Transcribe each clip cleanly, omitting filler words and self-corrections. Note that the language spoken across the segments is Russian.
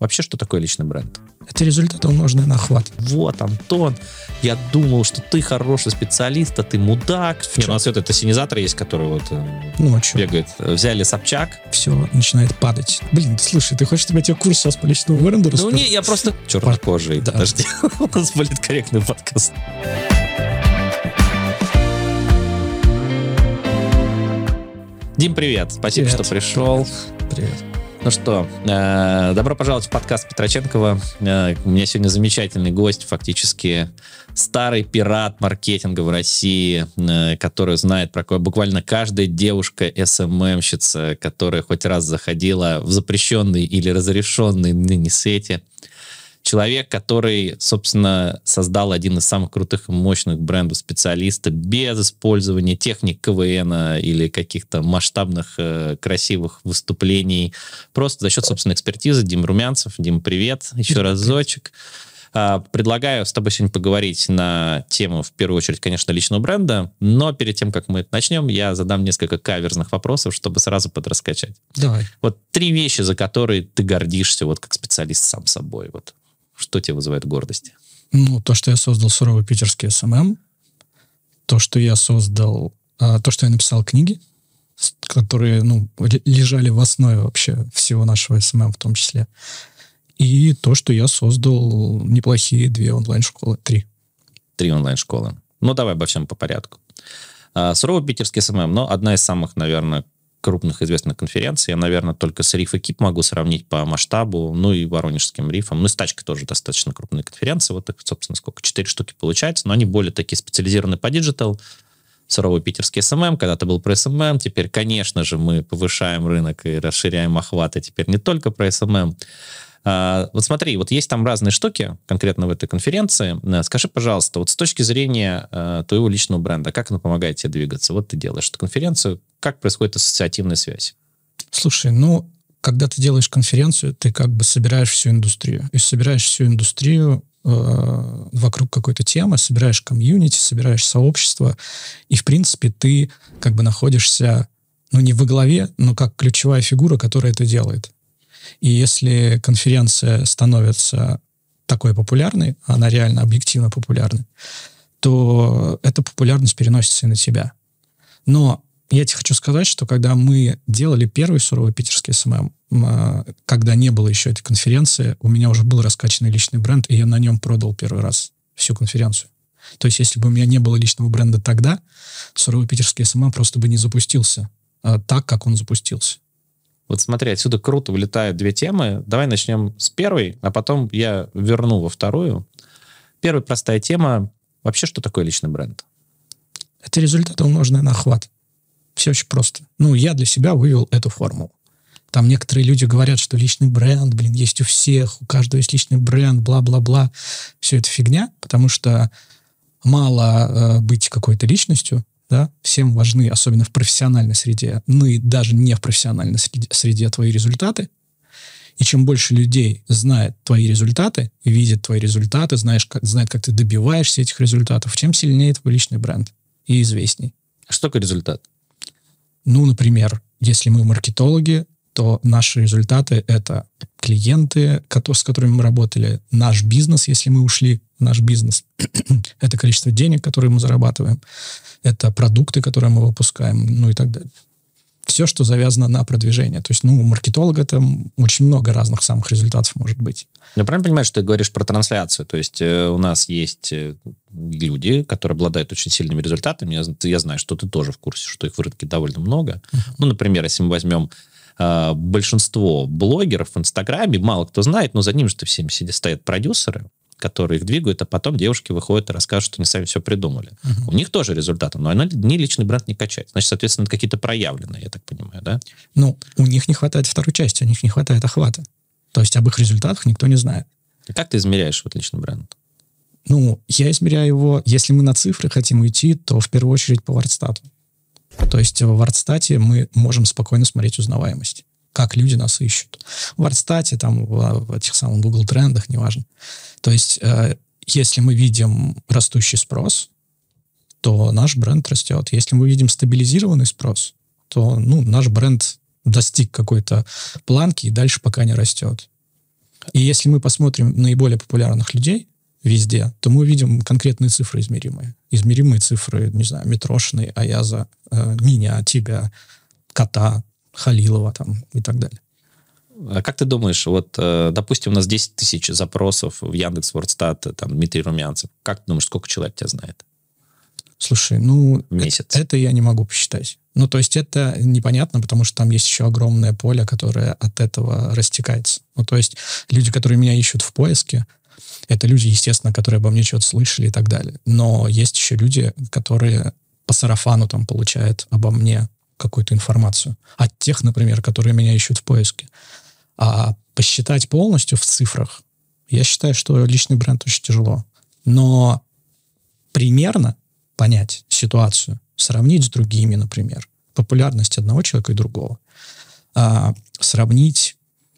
Вообще, что такое личный бренд? Это результат, умноженный на охват. Вот, Антон, я думал, что ты хороший специалист, а ты мудак. Нет, у нас это тосинизатор есть, который вот бегает. Взяли Собчак. Все, начинает падать. Блин, слушай, ты хочешь, чтобы я тебе курс сейчас по личному бренду рассказал? Ну не, я просто чернокожий. Да. Подожди, у нас политкорректный подкаст. Дим, привет. Спасибо, Привет. что пришел. Привет. Ну что, добро пожаловать в подкаст Петроченкова. У меня сегодня замечательный гость, фактически старый пират маркетинга в России, который знает про буквально каждая девушка СММщица, которая хоть раз заходила в запрещенный или разрешенный ныне сети. Человек, который, собственно, создал один из самых крутых и мощных брендов специалиста без использования техник КВН или каких-то масштабных красивых выступлений. Просто за счет собственной экспертизы. Дим Румянцев. Дим, привет. Еще разочек. Предлагаю с тобой сегодня поговорить на тему, в первую очередь, конечно, личного бренда, но перед тем, как мы это начнем, я задам несколько каверзных вопросов, чтобы сразу подраскачать. Давай. Вот 3 вещи, за которые ты гордишься, вот как специалист сам собой. Вот. Что тебе вызывает гордость? Ну, то, что я создал суровый питерский СММ, то, что я создал, то, что я написал книги, которые, лежали в основе вообще всего нашего СММ в том числе, и то, что я создал неплохие 2 онлайн-школы, 3. 3 онлайн-школы. Ну, давай обо всем по порядку. Суровый питерский СММ, одна из самых, наверное, крупных известных конференций. Я, наверное, только с Риф Экип могу сравнить по масштабу, и Воронежским Рифом. С Тачкой тоже достаточно крупные конференции. Вот их, собственно, 4 штуки получается, но они более такие специализированные по диджитал. Суровый питерский СММ, когда-то был про СММ, теперь, конечно же, мы повышаем рынок и расширяем охваты, теперь не только про СММ. Вот смотри, вот есть там разные штуки конкретно в этой конференции. Скажи, пожалуйста, вот с точки зрения твоего личного бренда, как оно помогает тебе двигаться? Вот ты делаешь эту конференцию, как происходит ассоциативная связь? Слушай, когда ты делаешь конференцию, ты как бы собираешь всю индустрию. И собираешь всю индустрию вокруг какой-то темы, собираешь комьюнити, собираешь сообщество, и, в принципе, ты как бы находишься, не во главе, но как ключевая фигура, которая это делает. И если конференция становится такой популярной, она реально объективно популярной, то эта популярность переносится и на тебя. Но я тебе хочу сказать, что когда мы делали первый суровый питерский СММ, когда не было еще этой конференции, у меня уже был раскачанный личный бренд, и я на нем продал первый раз всю конференцию. То есть, если бы у меня не было личного бренда тогда, суровый питерский СММ просто бы не запустился так, как он запустился. Вот смотри, отсюда круто вылетают 2 темы. Давай начнем с первой, а потом я верну во вторую. Первая простая тема. Вообще, что такое личный бренд? Это результат, умноженный на охват. Все очень просто. Я для себя вывел эту формулу. Там некоторые люди говорят, что личный бренд, есть у всех, у каждого есть личный бренд, бла-бла-бла. Все это фигня, потому что мало быть какой-то личностью, да, всем важны, особенно в профессиональной среде, и даже не в профессиональной среде твои результаты. И чем больше людей знает твои результаты, видит твои результаты, знает, как ты добиваешься этих результатов, чем сильнее твой личный бренд и известней. А что такое результат? Например, если мы маркетологи, то наши результаты — это клиенты, с которыми мы работали, наш бизнес, если мы ушли в наш бизнес, это количество денег, которые мы зарабатываем, это продукты, которые мы выпускаем, и так далее. Все, что завязано на продвижение. То есть, у маркетолога это очень много разных самых результатов может быть. Я правильно понимаю, что ты говоришь про трансляцию? То есть у нас есть люди, которые обладают очень сильными результатами. Я знаю, что ты тоже в курсе, что их в рынке довольно много. Например, если мы возьмем большинство блогеров в Инстаграме, мало кто знает, но за ними же всеми стоят продюсеры, которые их двигают, а потом девушки выходят и расскажут, что они сами все придумали. У них тоже результаты, но они личный бренд не качают. Значит, соответственно, какие-то проявленные, я так понимаю, да? У них не хватает второй части, у них не хватает охвата. То есть об их результатах никто не знает. И как ты измеряешь личный бренд? Я измеряю его, если мы на цифры хотим уйти, то в первую очередь по Вордстату. То есть в Вордстате мы можем спокойно смотреть узнаваемость. Как люди нас ищут. В Вордстате, в этих самых Google трендах, неважно. То есть, если мы видим растущий спрос, то наш бренд растет. Если мы видим стабилизированный спрос, то наш бренд достиг какой-то планки и дальше пока не растет. И если мы посмотрим наиболее популярных людей везде, то мы видим конкретные цифры измеримые. Измеримые цифры, не знаю, Митрошиной, Аяза, меня, тебя, Кота, Халилова там, и так далее. А как ты думаешь, вот, допустим, у нас 10 тысяч запросов в Яндекс.Вордстат, там, Дмитрий Румянцев. Как ты думаешь, сколько человек тебя знает? Слушай, ну, Месяц. Это я не могу посчитать. Ну, то есть это непонятно, потому что там есть еще огромное поле, которое от этого растекается. Ну, то есть люди, которые меня ищут в поиске, это люди, естественно, которые обо мне что-то слышали и так далее. Но есть еще люди, которые по сарафану там получают обо мне какую-то информацию. От тех, например, которые меня ищут в поиске. А посчитать полностью в цифрах, я считаю, что личный бренд очень тяжело. Но примерно понять ситуацию, сравнить с другими, например, популярность одного человека и другого, сравнить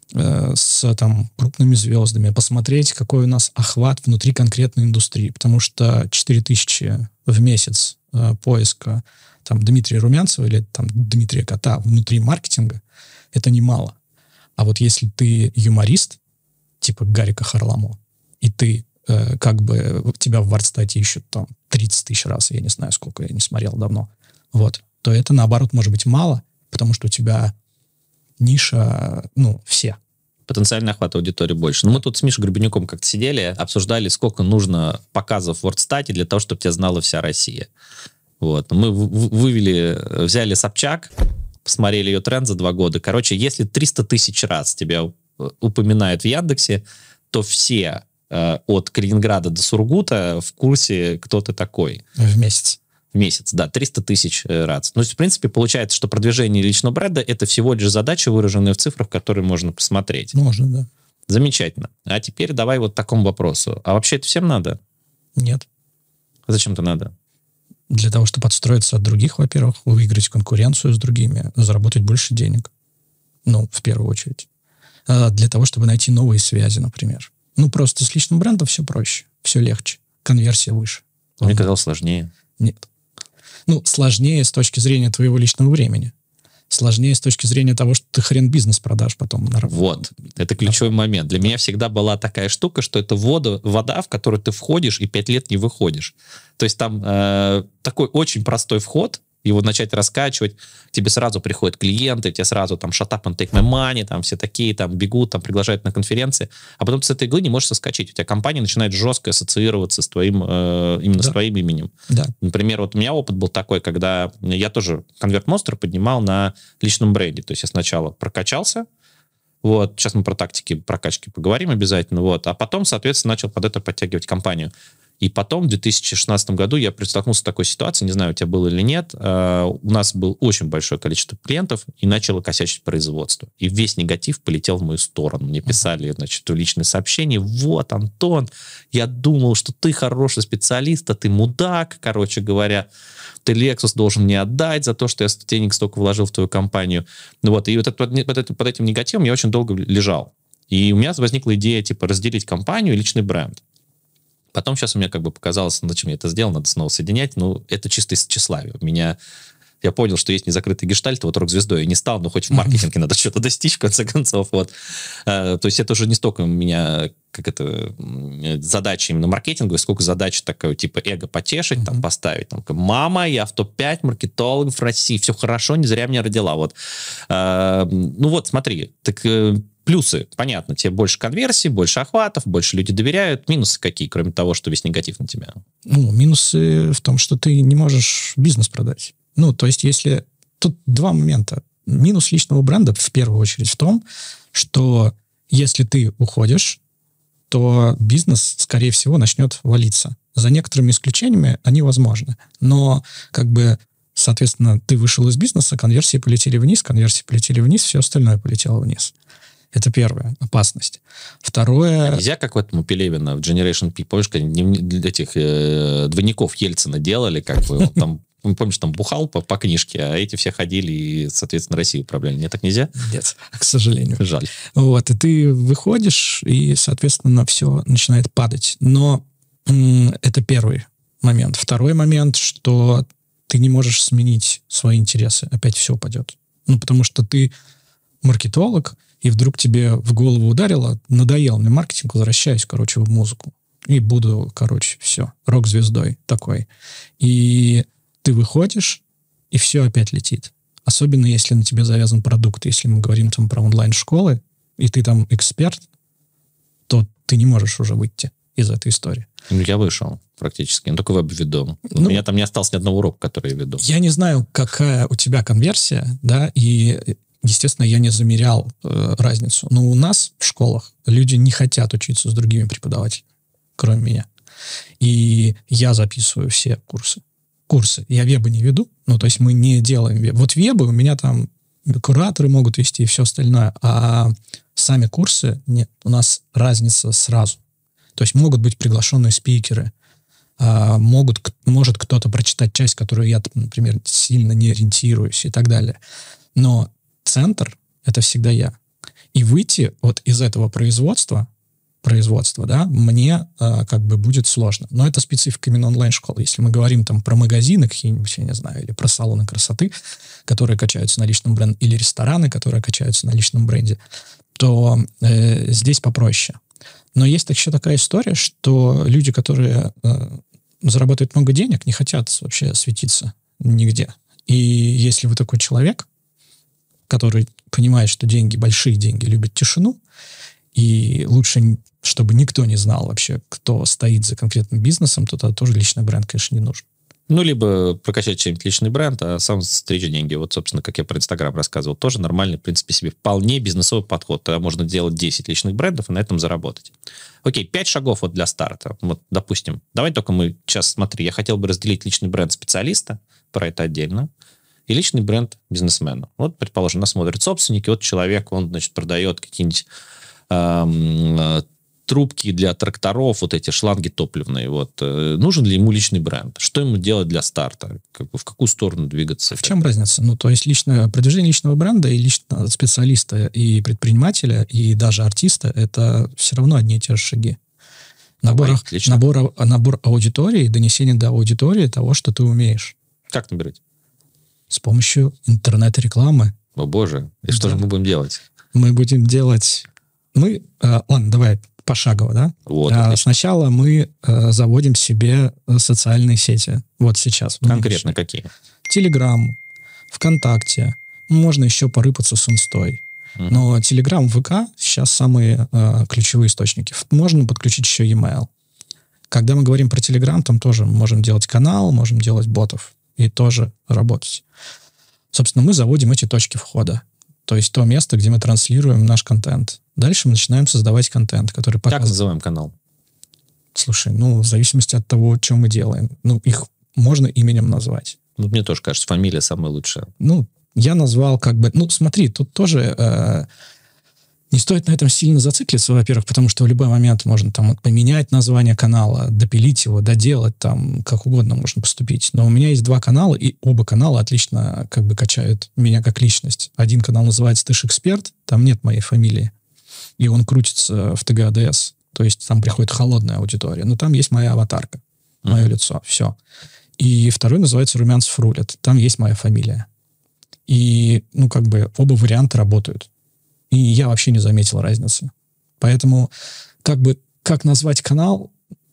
с там, крупными звездами, посмотреть, какой у нас охват внутри конкретной индустрии, потому что 4000 в месяц поиска там, Дмитрия Румянцева или там, Дмитрия Кота внутри маркетинга — это немало. А вот если ты юморист, типа Гарика Харламова, и ты как бы тебя в Вордстате ищут там 30 тысяч раз, я не знаю сколько, я не смотрел давно, вот, то это, наоборот, может быть мало, потому что у тебя ниша, ну, все. Потенциальный охват аудитории больше. Но мы тут с Мишей Гребенюком как-то сидели, обсуждали, сколько нужно показов в Вордстате для того, чтобы тебя знала вся Россия. Вот. Мы взяли Собчак, посмотрели ее тренд за 2 года. Короче, если 300 тысяч раз тебя упоминают в Яндексе, то все от Калининграда до Сургута в курсе, кто ты такой. В месяц. В месяц, да, 300 тысяч раз. Ну, в принципе, получается, что продвижение личного бренда — это всего лишь задача, выраженная в цифрах, которые можно посмотреть. Можно, да. Замечательно. А теперь давай вот к такому вопросу. А вообще это всем надо? Нет. Зачем это надо? Для того, чтобы отстроиться от других, во-первых, выиграть конкуренцию с другими, заработать больше денег. Ну, в первую очередь. Для того, чтобы найти новые связи, например. Ну, просто с личным брендом все проще, все легче. Конверсия выше. Мне казалось, сложнее. Нет. Ну, сложнее с точки зрения твоего личного времени. Сложнее с точки зрения того, что ты хрен бизнес продашь потом на работу. Вот. Это ключевой момент. Для меня всегда была такая штука, что это вода, в которую ты входишь и 5 лет не выходишь. То есть там такой очень простой вход, его начать раскачивать, тебе сразу приходят клиенты, тебе сразу там shut up and take my money, там все такие там бегут, там приглашают на конференции, а потом ты с этой иглы не можешь соскочить. У тебя компания начинает жестко ассоциироваться с твоим, именно с твоим именем. Да. Например, вот у меня опыт был такой, когда я тоже Convert Monster поднимал на личном бренде. То есть я сначала прокачался, вот, сейчас мы про тактики прокачки поговорим обязательно, вот, а потом, соответственно, начал под это подтягивать компанию. И потом, в 2016 году, я столкнулся с такой ситуацией, не знаю, у тебя было или нет, у нас было очень большое количество клиентов, и начало косячить производство. И весь негатив полетел в мою сторону. Мне писали, значит, в личные сообщения: вот, Антон, я думал, что ты хороший специалист, а ты мудак, короче говоря. Ты Lexus должен мне отдать за то, что я денег столько вложил в твою компанию. Вот, и вот под этим негативом я очень долго лежал. И у меня возникла идея, типа, разделить компанию и личный бренд. Потом сейчас у меня как бы показалось, зачем я это сделал, надо снова соединять. Ну, это чисто из тщеславия. Я понял, что есть незакрытый гештальт, вот рок-звездой я не стал, но хоть в маркетинге надо что-то достичь, в конце концов. Вот. То есть это уже не столько у меня задача именно маркетинга, сколько задача такая, типа, эго потешить, там, поставить. Там, мама, я в топ-5 маркетологов в России, все хорошо, не зря меня родила. Вот. Ну вот, смотри, так... Плюсы, понятно, тебе больше конверсий, больше охватов, больше люди доверяют. Минусы какие, кроме того, что весь негатив на тебя? Ну, минусы в том, что ты не можешь бизнес продать. Ну, то есть, если... Тут 2 момента. Минус личного бренда, в первую очередь, в том, что если ты уходишь, то бизнес, скорее всего, начнет валиться. За некоторыми исключениями они возможны. Но, как бы, соответственно, ты вышел из бизнеса, конверсии полетели вниз, все остальное полетело вниз. Это первая опасность. Второе... Нельзя, как в этом у Пелевина в Generation P, помнишь, когда этих двойников Ельцина делали, как бы, там, помнишь, там бухал по книжке, а эти все ходили и, соответственно, Россию управляли. Нет, так нельзя? Нет, к сожалению. Жаль. Вот, и ты выходишь, и, соответственно, все начинает падать. Но это первый момент. Второй момент, что ты не можешь сменить свои интересы. Опять все упадет. Ну, потому что ты маркетолог, и вдруг тебе в голову ударило, надоел мне маркетинг, возвращаюсь, короче, в музыку. И буду, короче, все, рок-звездой такой. И ты выходишь, и все опять летит. Особенно, если на тебе завязан продукт. Если мы говорим там про онлайн-школы, и ты там эксперт, то ты не можешь уже выйти из этой истории. Ну, я вышел практически, но только веб веду. У меня там не осталось ни одного урока, который я веду. Я не знаю, какая у тебя конверсия, да, и, естественно, я не замерял разницу. Но у нас в школах люди не хотят учиться с другими преподавателями, кроме меня. И я записываю все курсы. Я вебы не веду, ну, то есть мы не делаем веб. Вот вебы у меня там кураторы могут вести и все остальное, а сами курсы нет. У нас разница сразу. То есть могут быть приглашенные спикеры, может кто-то прочитать часть, которую я, например, сильно не ориентируюсь и так далее. Но центр — это всегда я. И выйти вот из этого производства, да, мне как бы будет сложно. Но это специфика именно онлайн-школы. Если мы говорим там про магазины какие-нибудь, я не знаю, или про салоны красоты, которые качаются на личном бренде, или рестораны, которые качаются на личном бренде, то здесь попроще. Но есть еще такая история, что люди, которые зарабатывают много денег, не хотят вообще светиться нигде. И если вы такой человек, который понимает, что деньги, большие деньги, любят тишину, и лучше, чтобы никто не знал вообще, кто стоит за конкретным бизнесом, то тогда тоже личный бренд, конечно, не нужен. Ну, либо прокачать чем-нибудь личный бренд, а сам стричь деньги. Вот, собственно, как я про Инстаграм рассказывал, тоже нормальный, в принципе, себе вполне бизнесовый подход. Тогда можно делать 10 личных брендов и на этом заработать. Окей, 5 шагов вот для старта. Вот, допустим, давай только мы сейчас, смотри, я хотел бы разделить личный бренд специалиста, про это отдельно, и личный бренд бизнесмена. Вот, предположим, нас смотрят собственники, вот человек, он, значит, продает какие-нибудь трубки для тракторов, вот эти шланги топливные. Вот. Нужен ли ему личный бренд? Что ему делать для старта? В какую сторону двигаться? В чем разница? Ну, то есть продвижение личного бренда и личного специалиста, и предпринимателя, и даже артиста — это все равно одни и те же шаги. Набор аудитории, донесение до аудитории того, что ты умеешь. Как набирать? С помощью интернет-рекламы. О, боже. И что же мы будем делать? Мы будем делать... ладно, давай пошагово, да? Вот, сначала мы заводим себе социальные сети. Вот сейчас. Конкретно какие? Телеграм, ВКонтакте. Можно еще порыпаться с инстой. Но Телеграм, ВК сейчас самые ключевые источники. Можно подключить еще e-mail. Когда мы говорим про Телеграм, там тоже можем делать канал, можем делать ботов и тоже работать. Собственно, мы заводим эти точки входа. То есть то место, где мы транслируем наш контент. Дальше мы начинаем создавать контент, который показывает... Как называем канал? Слушай, в зависимости от того, что мы делаем. Их можно именем назвать. Мне тоже кажется, фамилия самая лучшая. Я назвал смотри, тут тоже не стоит на этом сильно зациклиться, во-первых, потому что в любой момент можно там поменять название канала, допилить его, доделать, там как угодно можно поступить. Но у меня есть 2 канала, и оба канала отлично как бы качают меня как личность. Один канал называется «Ты ж эксперт», там нет моей фамилии, и он крутится в ТГ АДС, то есть там приходит холодная аудитория, но там есть моя аватарка, мое лицо, все. И второй называется «Румянцев рулит», там есть моя фамилия. И, оба варианта работают. И я вообще не заметил разницы. Поэтому, как назвать канал,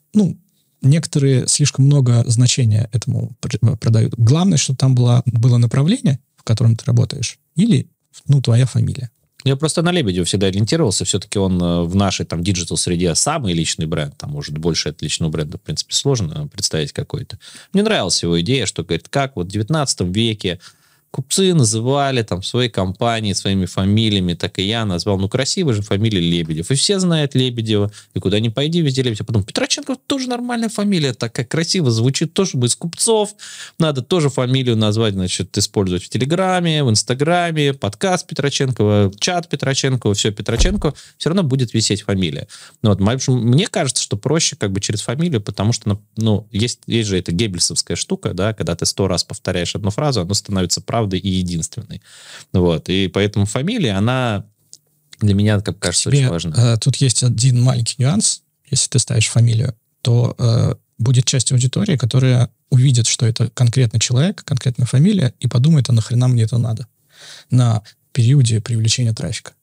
некоторые слишком много значения этому продают. Главное, чтобы там было направление, в котором ты работаешь, или, твоя фамилия. Я просто на Лебедева всегда ориентировался. Все-таки он в нашей там диджитал-среде самый личный бренд. Там, может, больше от личного бренда, в принципе, сложно представить какой-то. Мне нравилась его идея, что, говорит, как вот в 19 веке купцы называли там свои компании своими фамилиями, так и я назвал. Красивая же фамилия Лебедев. И все знают Лебедева. И куда ни пойди, везде Лебедев. Потом Петроченков тоже нормальная фамилия. Так как красиво звучит. Тоже бы из купцов. Надо тоже фамилию назвать, значит, использовать в Телеграме, в Инстаграме, подкаст Петроченкова, чат Петроченкова, все Петроченкова. Все равно будет висеть фамилия. Мне кажется, что проще как бы через фамилию, потому что, есть же эта геббельсовская штука, да, когда ты 100 раз повторяешь одну фразу, она становится правдой и единственной. Вот. И поэтому фамилия, она для меня, как кажется, очень важна. Тут есть один маленький нюанс. Если ты ставишь фамилию, то будет часть аудитории, которая увидит, что это конкретный человек, конкретная фамилия, и подумает, а нахрена мне это надо на периоде привлечения трафика.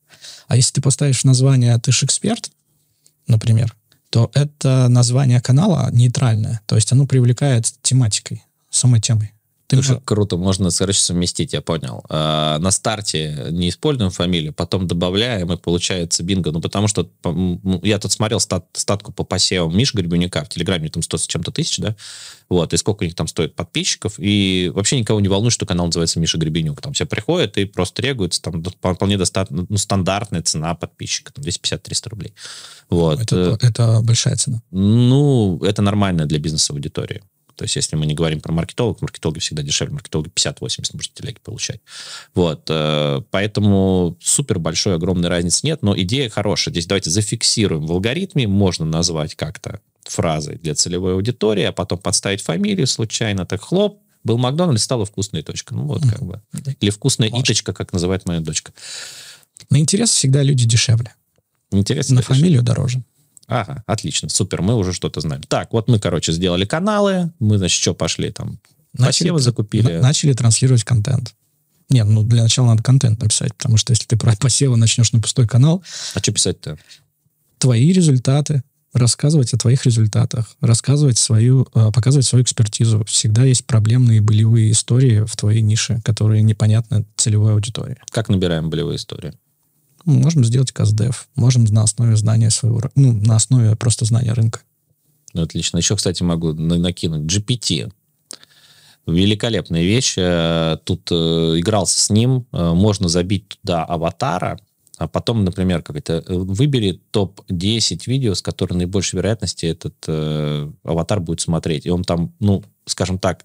А если ты поставишь в название «ты ж эксперт», например, то это название канала нейтральное. То есть оно привлекает тематикой, самой темой. Слушай, круто, можно, короче, совместить, я понял. На старте не используем фамилию, потом добавляем, и получается бинго. Ну, потому что я тут смотрел статку по посевам Миши Гребенюка в Телеграме, там 100 с чем-то тысяч, да? Вот, и сколько у них там стоит подписчиков, и вообще никого не волнует, что канал называется Миша Гребенюк. Там все приходят и просто регаются, там вполне достаточно, стандартная цена подписчика, там 250-300 рублей. Вот. Это большая цена. Ну, это нормально для бизнес-аудитории. То есть, если мы не говорим про маркетологов, маркетологи всегда дешевле, маркетологи 50-80 может телеги получать. Вот, поэтому супер большой, огромной разницы нет, но идея хорошая. Здесь давайте зафиксируем в алгоритме, можно назвать как-то фразой для целевой аудитории, а потом подставить фамилию случайно, так хлоп, был Макдональдс, стала вкусная точка. Ну, вот как бы. Или вкусная иточка, как называет моя дочка. На интерес всегда люди дешевле. Интересно. На фамилию дороже. Ага, отлично, супер, мы уже что-то знаем. Так, вот мы, короче, сделали каналы, мы, значит, что, пошли там, посевы закупили. Начали транслировать контент. Нет, ну, для начала надо контент написать, потому что если ты про посевы начнешь на пустой канал... А что писать-то? Твои результаты, рассказывать о твоих результатах, показывать свою экспертизу. Всегда есть проблемные болевые истории в твоей нише, которые непонятны целевой аудитории. Как набираем болевые истории? Можем сделать каздев, можем на основе знания своего, на основе просто знания рынка. Ну, отлично. Еще, кстати, могу накинуть GPT. Великолепная вещь. Тут игрался с ним. Можно забить туда аватара, а потом, например, выбери топ-10 видео, с которыми наибольшей вероятности этот аватар будет смотреть. И он там, скажем так,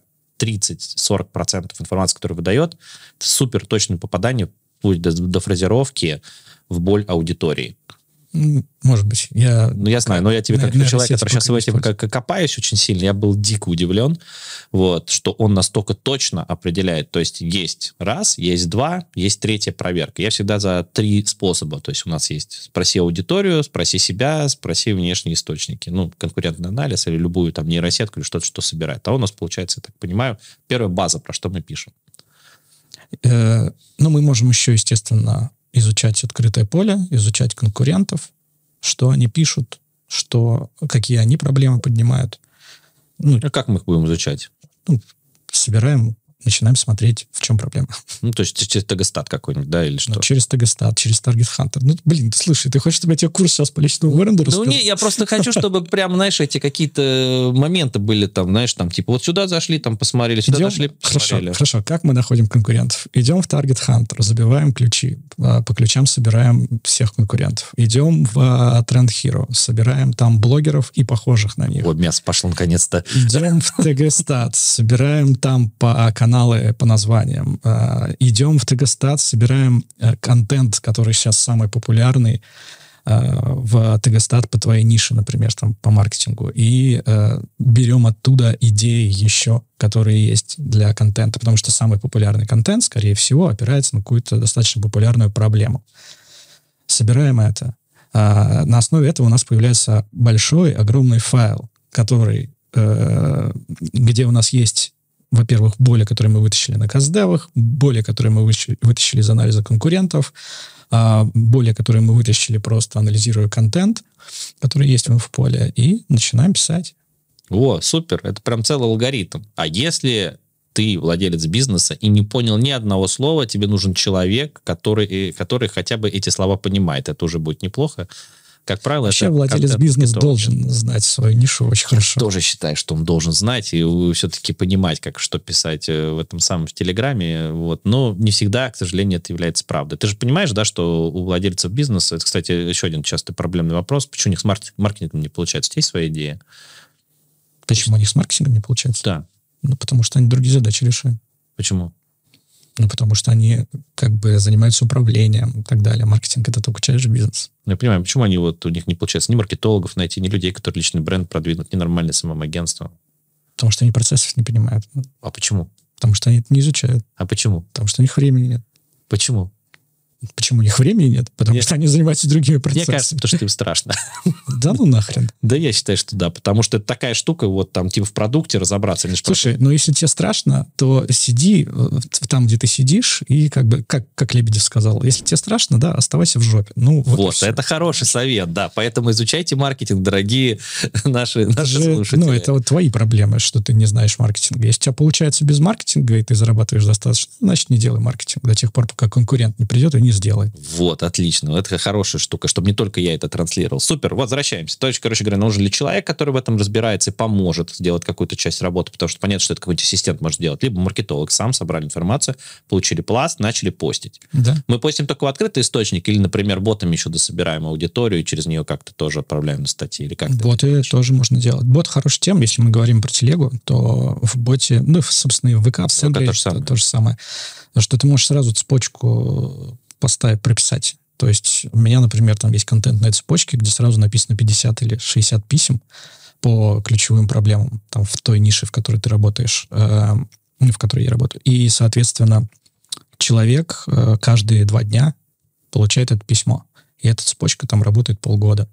30-40% информации, которую выдает, это супер точное попадание вплоть до фразировки в боль аудитории. Может быть. Я знаю, но я тебе как человек, который сейчас в этом копаюсь очень сильно, я был дико удивлен, вот, что он настолько точно определяет. То есть есть раз, есть два, есть третья проверка. Я всегда за 3 способа. То есть у нас есть спроси аудиторию, спроси себя, спроси внешние источники. Конкурентный анализ или любую там нейросетку или что-то, что собирает. А у нас получается, я так понимаю, первая база, про что мы пишем. Мы можем еще, естественно, изучать открытое поле, изучать конкурентов, что они пишут, какие они проблемы поднимают. А как мы их будем изучать? Собираем, начинаем смотреть, в чем проблема. То есть через Тегостат какой-нибудь, да, или что? Через Тегостат, через Target Hunter. Слушай, ты хочешь, чтобы я тебе курс сейчас по личному бренду рассказал? Не, я просто хочу, чтобы прям, знаешь, эти какие-то моменты были там, знаешь, там, типа, вот сюда зашли, там, посмотрели, сюда зашли, посмотрели. Хорошо. Как мы находим конкурентов? Идем в Target Hunter, забиваем ключи, по ключам собираем всех конкурентов. Идем в Trend Hero, собираем там блогеров и похожих на них. Вот мясо пошло наконец-то. Идем в Тегостат, собираем там по каналы, по названиям. Идем в Тегостат, собираем контент, который сейчас самый популярный в Тегостат по твоей нише, например, там, по маркетингу, и берем оттуда идеи еще, которые есть для контента, потому что самый популярный контент, скорее всего, опирается на какую-то достаточно популярную проблему. Собираем это. На основе этого у нас появляется большой, огромный файл, где у нас есть, во-первых, боли, которые мы вытащили на каздевах, боли, которые мы вытащили из анализа конкурентов, боли, которые мы вытащили просто анализируя контент, который есть в поле, и начинаем писать. О, супер, это прям целый алгоритм. А если ты владелец бизнеса и не понял ни одного слова, тебе нужен человек, который хотя бы эти слова понимает. Это уже будет неплохо. Как правило, вообще владелец бизнеса должен знать свою нишу очень хорошо. Тоже считаю, что он должен знать и все-таки понимать, что писать в этом самом Телеграме. Вот. Но не всегда, к сожалению, это является правдой. Ты же понимаешь, да, что у владельцев бизнеса, это, кстати, еще один частый проблемный вопрос, почему у них с маркетингом не получается? У тебя есть своя идея? Почему у них с маркетингом не получается? Да. Потому что они другие задачи решают. Почему? Потому что они занимаются управлением и так далее. Маркетинг — это только часть бизнеса. Я понимаю, почему у них не получается ни маркетологов найти, ни людей, которые личный бренд продвинут, ни нормальное самоагентство? Потому что они процессов не понимают. А почему? Потому что они это не изучают. А почему? Потому что у них времени нет. Почему? Почему у них времени нет? Потому что они занимаются другими процессами. Мне кажется, потому что им страшно. Да ну нахрен. Да я считаю, что да, потому что это такая штука, вот там типа в продукте разобраться. Слушай, ну если тебе страшно, то сиди там, где ты сидишь, и как Лебедев сказал, если тебе страшно, да, оставайся в жопе. Ну, вот это хороший совет, да. Поэтому изучайте маркетинг, дорогие наши слушатели. Ну, это вот твои проблемы, что ты не знаешь маркетинга. Если у тебя получается без маркетинга, и ты зарабатываешь достаточно, значит, не делай маркетинг до тех пор, пока конкурент не придет и не сделает. Вот, отлично. Это хорошая штука, чтобы не только я это транслировал. Супер, возвращаемся. То есть, короче говоря, нужен ли человек, который в этом разбирается и поможет сделать какую-то часть работы, потому что понятно, что это какой-то ассистент может делать. Либо маркетолог сам, собрали информацию, получили пласт, начали постить. Да. Мы постим только в открытый источник или, например, ботами еще дособираем аудиторию и через нее как-то тоже отправляем на статьи? Или как боты тоже можно делать. Бот хорошая тема. Если мы говорим про телегу, то в боте, ну, собственно, и в ВК, в Сендре то же самое. Потому что ты можешь сразу цепочку поставить, прописать. То есть у меня, например, там есть контентная цепочка, где сразу написано 50 или 60 писем по ключевым проблемам там, в той нише, в которой ты работаешь, в которой я работаю. И, соответственно, человек каждые 2 дня получает это письмо. И эта цепочка там работает полгода.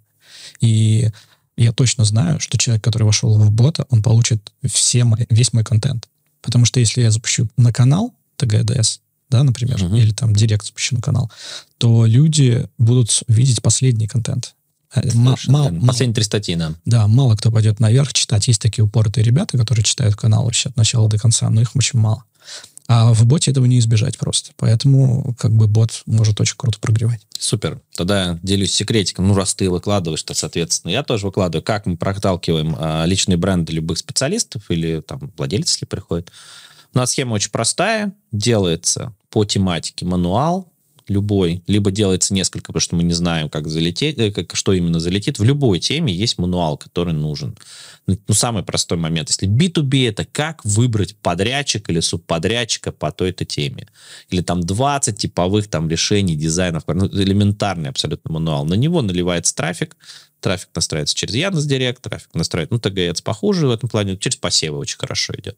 И я точно знаю, что человек, который вошел в бота, он получит весь мой контент. Потому что если я запущу на канал ТГДС, да, например, или там директ запущу на канал, то люди будут видеть последний контент. Последние 3 статьи, да. Да, мало кто пойдет наверх читать. Есть такие упоротые ребята, которые читают канал вообще от начала до конца, но их очень мало. А в боте этого не избежать просто. Поэтому как бы бот может очень круто прогревать. Супер. Тогда делюсь секретиком. Ну, раз ты выкладываешь, то, соответственно, я тоже выкладываю. Как мы проталкиваем личные бренды любых специалистов или там владельцев, если приходит. У нас схема очень простая. Делается по тематике мануал любой, либо делается несколько, потому что мы не знаем, как залететь, что именно залетит. В любой теме есть мануал, который нужен. Ну, самый простой момент. Если B2B, это как выбрать подрядчика или субподрядчика по той-то теме. Или там 20 типовых там решений, дизайнов. Ну, элементарный абсолютно мануал. На него наливается трафик. Трафик настраивается через Яндекс.Директ, трафик настраивается, ТГЭЦ похуже в этом плане, через посевы очень хорошо идет.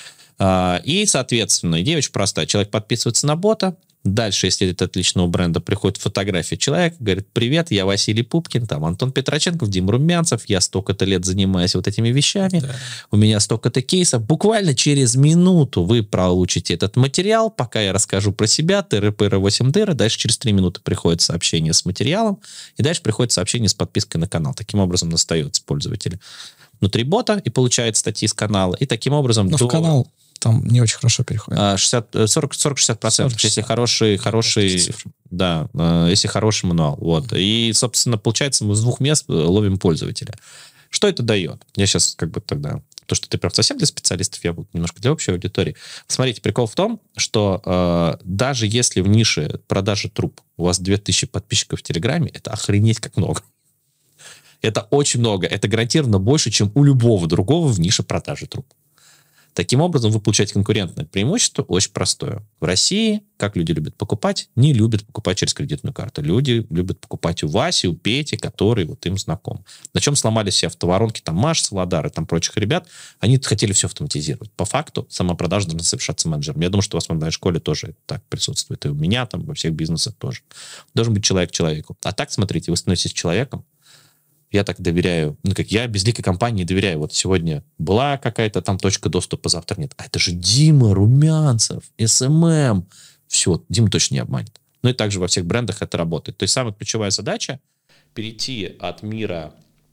И, соответственно, идея очень простая. Человек подписывается на бота. Дальше, если это от личного бренда, приходит фотография человека, говорит: привет, я Василий Пупкин, там Антон Петроченков, Дима Румянцев, я столько-то лет занимаюсь вот этими вещами, у меня столько-то кейсов. Буквально через минуту вы получите этот материал, пока я расскажу про себя, тыры-пыры, 8 дыр, дальше через 3 минуты приходит сообщение с материалом, и дальше приходит сообщение с подпиской на канал. Таким образом настается пользователь внутри бота и получает статьи с канала, и таким образом... Но в канал там не очень хорошо переходит. 40-60%, если хороший да, если хороший мануал. Вот. И, собственно, получается, мы с 2 мест ловим пользователя. Что это дает? Я сейчас как бы тогда... То, что ты прям совсем для специалистов, я буду немножко для общей аудитории. Смотрите, прикол в том, что даже если в нише продажи труб у вас 2000 подписчиков в Телеграме, это охренеть как много. Это очень много. Это гарантированно больше, чем у любого другого в нише продажи труб. Таким образом, вы получаете конкурентное преимущество очень простое. В России, как люди любят покупать, не любят покупать через кредитную карту. Люди любят покупать у Васи, у Пети, который вот им знаком. На чем сломались все автоворонки, там Маш, Солодар и там прочих ребят, они хотели все автоматизировать. По факту, сама продажа должна совершаться менеджером. Я думаю, что у вас в онлайн-школе тоже так присутствует. И у меня там, во всех бизнесах тоже. Должен быть человек человеку. А так, смотрите, вы становитесь человеком. Я так доверяю, как я безликой компании доверяю. Вот сегодня была какая-то там точка доступа, завтра нет. А это же Дима Румянцев, СММ. Все, Дима точно не обманет. Ну и также во всех брендах это работает. То есть самая ключевая задача — перейти от мира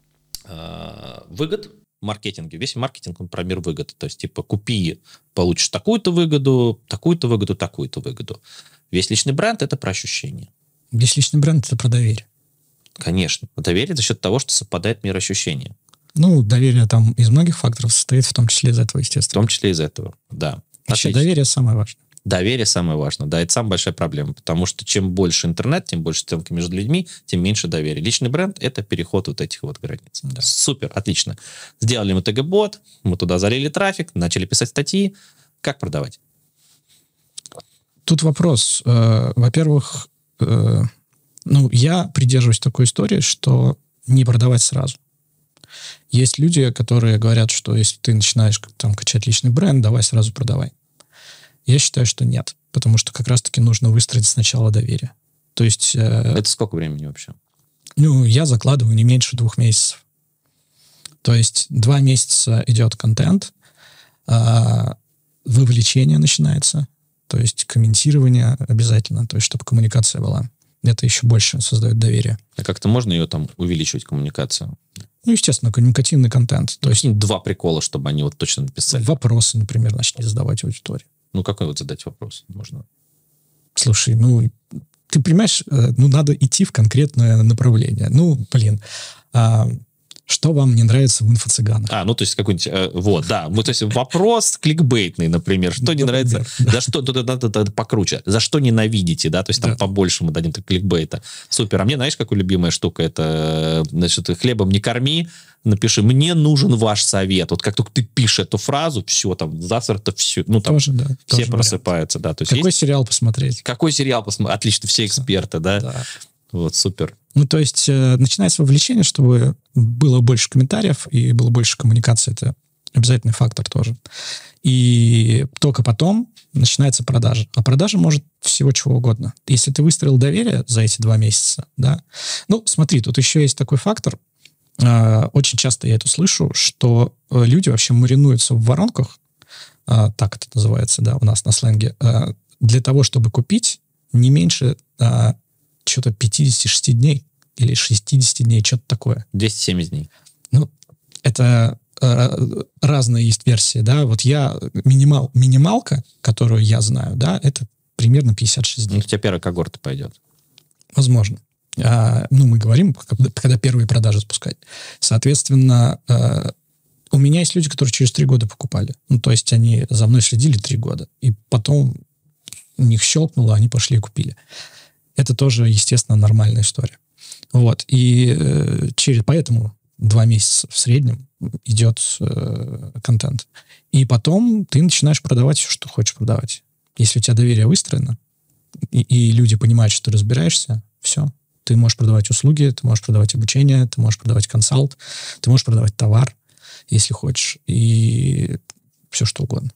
выгод в маркетинге. Весь маркетинг, он про мир выгод. То есть типа купи, получишь такую-то выгоду, такую-то выгоду, такую-то выгоду. Весь личный бренд — это про ощущения. Весь личный бренд — это про доверие. Конечно. Доверие за счет того, что совпадает мироощущение. Ну, доверие там из многих факторов состоит, в том числе из этого, естественно. В том числе из этого, да. Вообще, доверие самое важное. Доверие самое важное, да, это самая большая проблема, потому что чем больше интернет, тем больше стенки между людьми, тем меньше доверия. Личный бренд — это переход вот этих вот границ. Да. Супер, отлично. Сделали мы ТГ-бот, мы туда залили трафик, начали писать статьи. Как продавать? Тут вопрос. Во-первых, я придерживаюсь такой истории, что не продавать сразу. Есть люди, которые говорят, что если ты начинаешь там качать личный бренд, давай сразу продавай. Я считаю, что нет, потому что как раз-таки нужно выстроить сначала доверие. То есть... Это сколько времени вообще? Я закладываю не меньше 2 месяцев. То есть 2 месяца идет контент, вовлечение начинается, то есть комментирование обязательно, то есть чтобы коммуникация была. Это еще больше создает доверие. А как-то можно ее там увеличивать, коммуникацию? Естественно, коммуникативный контент. То есть 2 прикола, чтобы они вот точно написали. Вопросы, например, начни задавать аудитории. Какой вот задать вопрос можно? Слушай, ты понимаешь, надо идти в конкретное направление. Что вам не нравится в инфо-цыганах? То есть какой-нибудь, то есть вопрос кликбейтный, например, что не нравится, за что, надо покруче, за что ненавидите, да, то есть там побольше мы дадим кликбейта. Супер, а мне, знаешь, какая любимая штука, это, значит, хлебом не корми, напиши, мне нужен ваш совет. Вот как только ты пишешь эту фразу, все, там, засорто все, тоже, да, все тоже просыпаются, да. То есть какой сериал посмотреть? Какой сериал посмотреть? Отлично, все эксперты, да? Да. Вот, супер. То есть начинается вовлечение, чтобы было больше комментариев и было больше коммуникации. Это обязательный фактор тоже. И только потом начинается продажа. А продажа может всего чего угодно. Если ты выстроил доверие за эти 2 месяца, да. Смотри, тут еще есть такой фактор. Очень часто я это слышу, что люди вообще маринуются в воронках, так это называется, да, у нас на сленге, для того, чтобы купить не меньше что-то 56 дней или 60 дней, что-то такое. 270 дней. Это разные есть версии, да. Вот минималка, которую я знаю, да, это примерно 56 дней. У тебя первая когорта пойдет. Возможно. Мы говорим, когда первые продажи спускать. Соответственно, у меня есть люди, которые через 3 года покупали. То есть они за мной следили 3 года. И потом у них щелкнуло, они пошли и купили. Это тоже, естественно, нормальная история. Вот. И поэтому 2 месяца в среднем идет контент. И потом ты начинаешь продавать все, что хочешь продавать. Если у тебя доверие выстроено, и люди понимают, что ты разбираешься, все. Ты можешь продавать услуги, ты можешь продавать обучение, ты можешь продавать консалт, ты можешь продавать товар, если хочешь, и все, что угодно.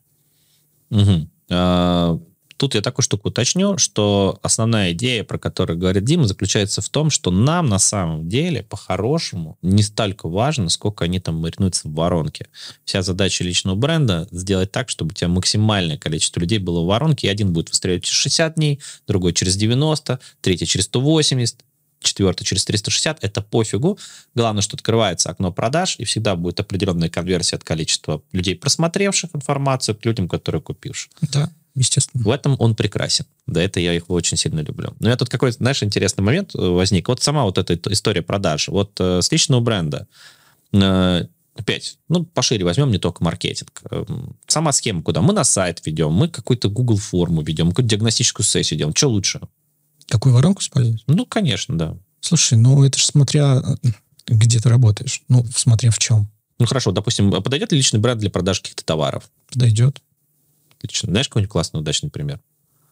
Угу. Тут я такую штуку уточню, что основная идея, про которую говорит Дима, заключается в том, что нам на самом деле, по-хорошему, не столько важно, сколько они там маринуются в воронке. Вся задача личного бренда — сделать так, чтобы у тебя максимальное количество людей было в воронке, и один будет выстреливать через 60 дней, другой через 90, третий через 180, четвертый через 360, это пофигу. Главное, что открывается окно продаж, и всегда будет определенная конверсия от количества людей, просмотревших информацию, к людям, которые купивших. Да. Естественно. В этом он прекрасен. Да, это я их очень сильно люблю. Но я тут какой-то, знаешь, интересный момент возник. Вот сама вот эта история продаж. Вот с личного бренда. Опять, пошире возьмем, не только маркетинг. Сама схема, куда? Мы на сайт ведем, мы какую-то Google форму ведем, мы какую-то диагностическую сессию делаем. Что лучше? Какую воронку использовать? Конечно, да. Слушай, это же смотря, где ты работаешь. Смотря в чем. Хорошо, допустим, подойдет ли личный бренд для продажи каких-то товаров? Подойдет. Отлично. Знаешь какой-нибудь классный, удачный пример?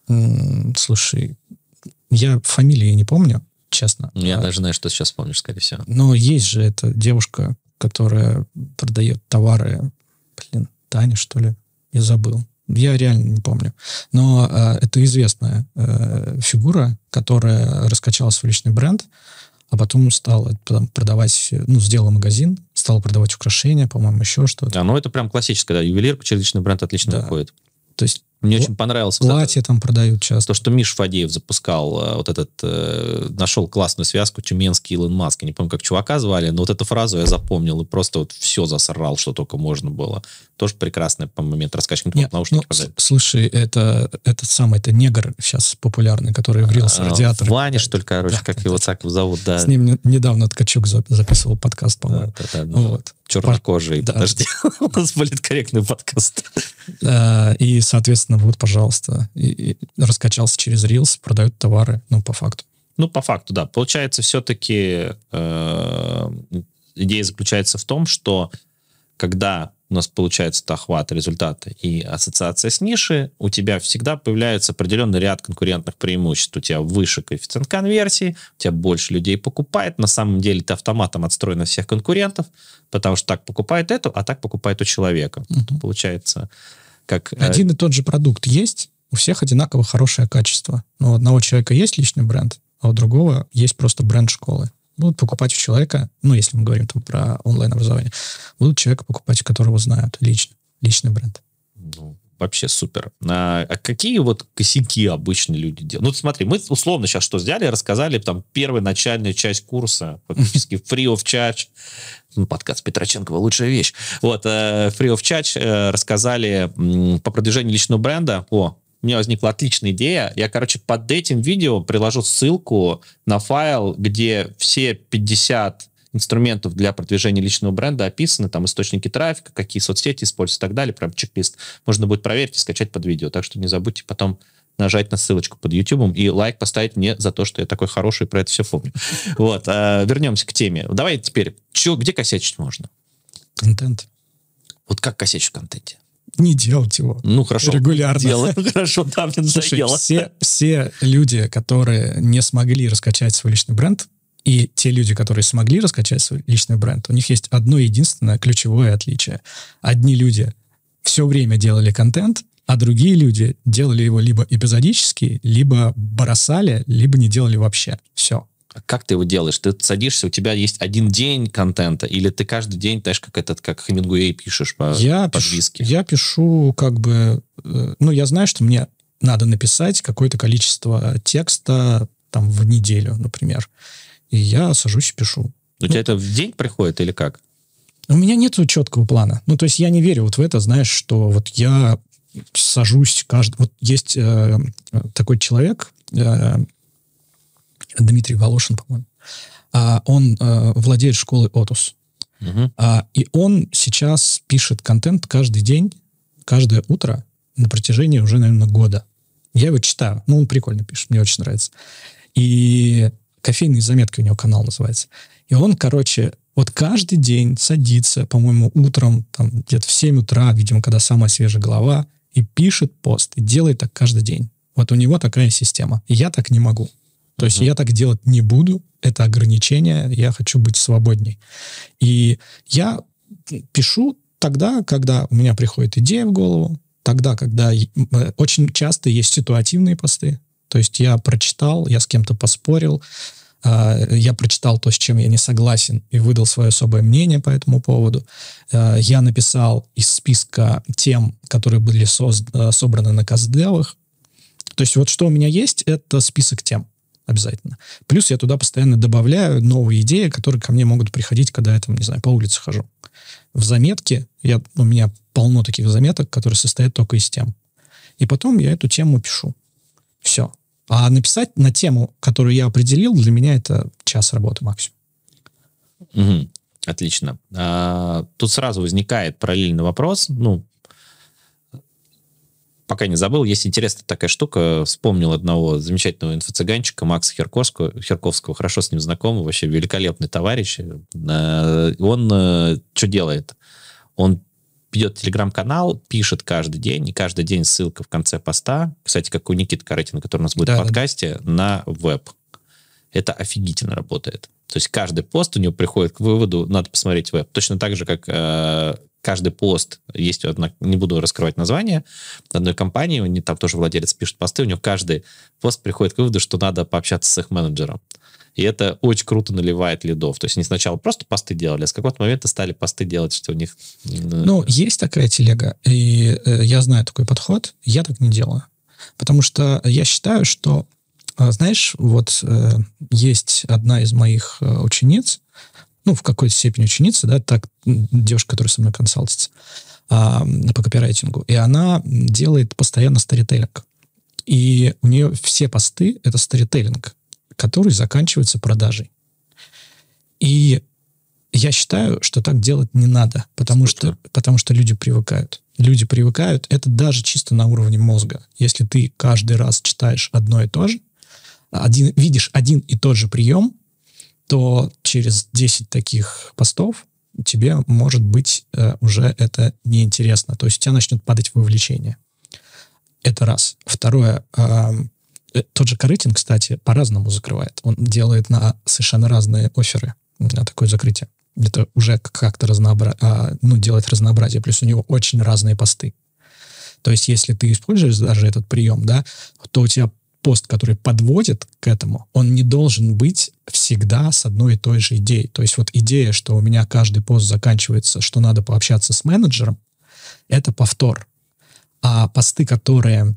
Слушай, я фамилии не помню, честно. Я даже знаю, что сейчас вспомнишь, скорее всего. Но есть же эта девушка, которая продает товары. Таня, что ли? Я забыл. Я реально не помню. Но это известная фигура, которая раскачалась в личный бренд, а потом стала продавать, сделала магазин, стала продавать украшения, по-моему, еще что-то. Да, это прям классическое, да, ювелирка через личный бренд отлично выходит. То есть мне очень понравилось. Платья там продают часто. То, что Миш Фадеев запускал, нашел классную связку Тюменский Илон Маск. Я не помню, как чувака звали, но вот эту фразу я запомнил и просто все засрал, что только можно было. Тоже прекрасный по моменту раскачки. Наушники продают. Слушай, это негр сейчас популярный, который в Рилс радиатор. Ваня, что ли, как его так зовут, да. С ним недавно Ткачук записывал подкаст, по-моему. Вот. Чернокожий, подожди. У нас политкорректный подкаст. И, соответственно, пожалуйста, и раскачался через Reels, продают товары, по факту. По факту, да. Получается, все-таки идея заключается в том, что когда у нас получается охват результата и ассоциация с нишей, у тебя всегда появляется определенный ряд конкурентных преимуществ. У тебя выше коэффициент конверсии, у тебя больше людей покупает. На самом деле ты автоматом отстроен на всех конкурентов, потому что так покупает эту, а так покупает у человека. Получается, как... Один и тот же продукт есть, у всех одинаково хорошее качество. Но у одного человека есть личный бренд, а у другого есть просто бренд школы. Будут покупать у человека, ну, если мы говорим там про онлайн-образование, будут человека покупать, у которого знают лично, личный бренд. Ну, вообще супер. А какие вот косяки обычно люди делают? Ну, смотри, мы условно сейчас что сделали? Рассказали там первую начальную часть курса, фактически free of charge. Подкаст Петроченкова лучшая вещь. Вот, free of charge рассказали по продвижению личного бренда. У меня возникла отличная идея. Я, под этим видео приложу ссылку на файл, где все 50 инструментов для продвижения личного бренда описаны, там источники трафика, какие соцсети используются и так далее, прям чек-лист. Можно будет проверить и скачать под видео. Так что не забудьте потом нажать на ссылочку под YouTube и лайк поставить мне за то, что я такой хороший и про это все помню. Вот, вернемся к теме. Давай теперь, где косячить можно? Контент. Вот как косячить в контенте? Не делать его. Ну, хорошо. Регулярно. Делай. Хорошо, да, мне надоело. Все люди, которые не смогли раскачать свой личный бренд, и те люди, которые смогли раскачать свой личный бренд, у них есть одно единственное ключевое отличие. Одни люди все время делали контент, а другие люди делали его либо эпизодически, либо бросали, либо не делали вообще. Все. А как ты его делаешь? Ты садишься, у тебя есть один день контента, или ты каждый день, знаешь, как Хемингуэй пишешь по-английски? Я пишу я знаю, что мне надо написать какое-то количество текста там в неделю, например. И я сажусь и пишу. У тебя это в день приходит или как? У меня нет четкого плана. То есть я не верю вот в это, знаешь, что вот я сажусь каждый... Вот есть такой человек, Дмитрий Волошин, по-моему. Он владеет школой Otus. Угу. И он сейчас пишет контент каждый день, каждое утро на протяжении уже, наверное, года. Я его читаю. Он прикольно пишет, мне очень нравится. И «Кофейные заметки» у него канал называется. И он, вот каждый день садится, по-моему, утром, там, где-то в 7 утра, видимо, когда самая свежая голова, и пишет пост, и делает так каждый день. Вот у него такая система. И я так не могу. То есть я так делать не буду. Это ограничение. Я хочу быть свободней. И я пишу тогда, когда у меня приходит идея в голову, тогда, когда очень часто есть ситуативные посты. То есть я прочитал, я с кем-то поспорил, я прочитал то, с чем я не согласен, и выдал свое особое мнение по этому поводу. Я написал из списка тем, которые были собраны на Каздевах. То есть вот что у меня есть, это список тем обязательно. Плюс я туда постоянно добавляю новые идеи, которые ко мне могут приходить, когда я там, не знаю, по улице хожу. В заметке, у меня полно таких заметок, которые состоят только из тем. И потом я эту тему пишу. Все. А написать на тему, которую я определил, для меня это час работы максимум. Угу. Отлично. Тут сразу возникает параллельный вопрос. Пока не забыл, есть интересная такая штука. Вспомнил одного замечательного инфо-цыганчика Макса Херковского, хорошо с ним знакомый, вообще великолепный товарищ. Он что делает? Он ведет телеграм-канал, пишет каждый день, и каждый день ссылка в конце поста, кстати, как у Никиты Каретина, который у нас будет в подкасте, на веб. Это офигительно работает. То есть каждый пост у него приходит к выводу, надо посмотреть веб. Точно так же, как каждый пост, есть одна, не буду раскрывать название, одной компании, они там тоже владелец пишет посты, у него каждый пост приходит к выводу, что надо пообщаться с их менеджером. И это очень круто наливает лидов. То есть они сначала просто посты делали, а с какого-то момента стали посты делать, что у них... Есть такая телега, и я знаю такой подход, я так не делаю. Потому что я считаю, что, знаешь, есть одна из моих учениц, в какой-то степени ученица, да, так, девушка, которая со мной консалтится по копирайтингу, и она делает постоянно сторителлинг. И у нее все посты — это сторителлинг, который заканчивается продажей. И я считаю, что так делать не надо, потому что люди привыкают. Люди привыкают, это даже чисто на уровне мозга. Если ты каждый раз читаешь одно и то же, видишь один и тот же прием, то через 10 таких постов тебе, может быть, уже это неинтересно. То есть у тебя начнет падать вовлечение. Это раз. Второе. Тот же Карытин, кстати, по-разному закрывает. Он делает на совершенно разные офферы на такое закрытие. Это уже как-то делать разнообразие. Плюс у него очень разные посты. То есть если ты используешь даже этот прием, да, то у тебя пост, который подводит к этому, он не должен быть всегда с одной и той же идеей. То есть вот идея, что у меня каждый пост заканчивается, что надо пообщаться с менеджером, это повтор. А посты, которые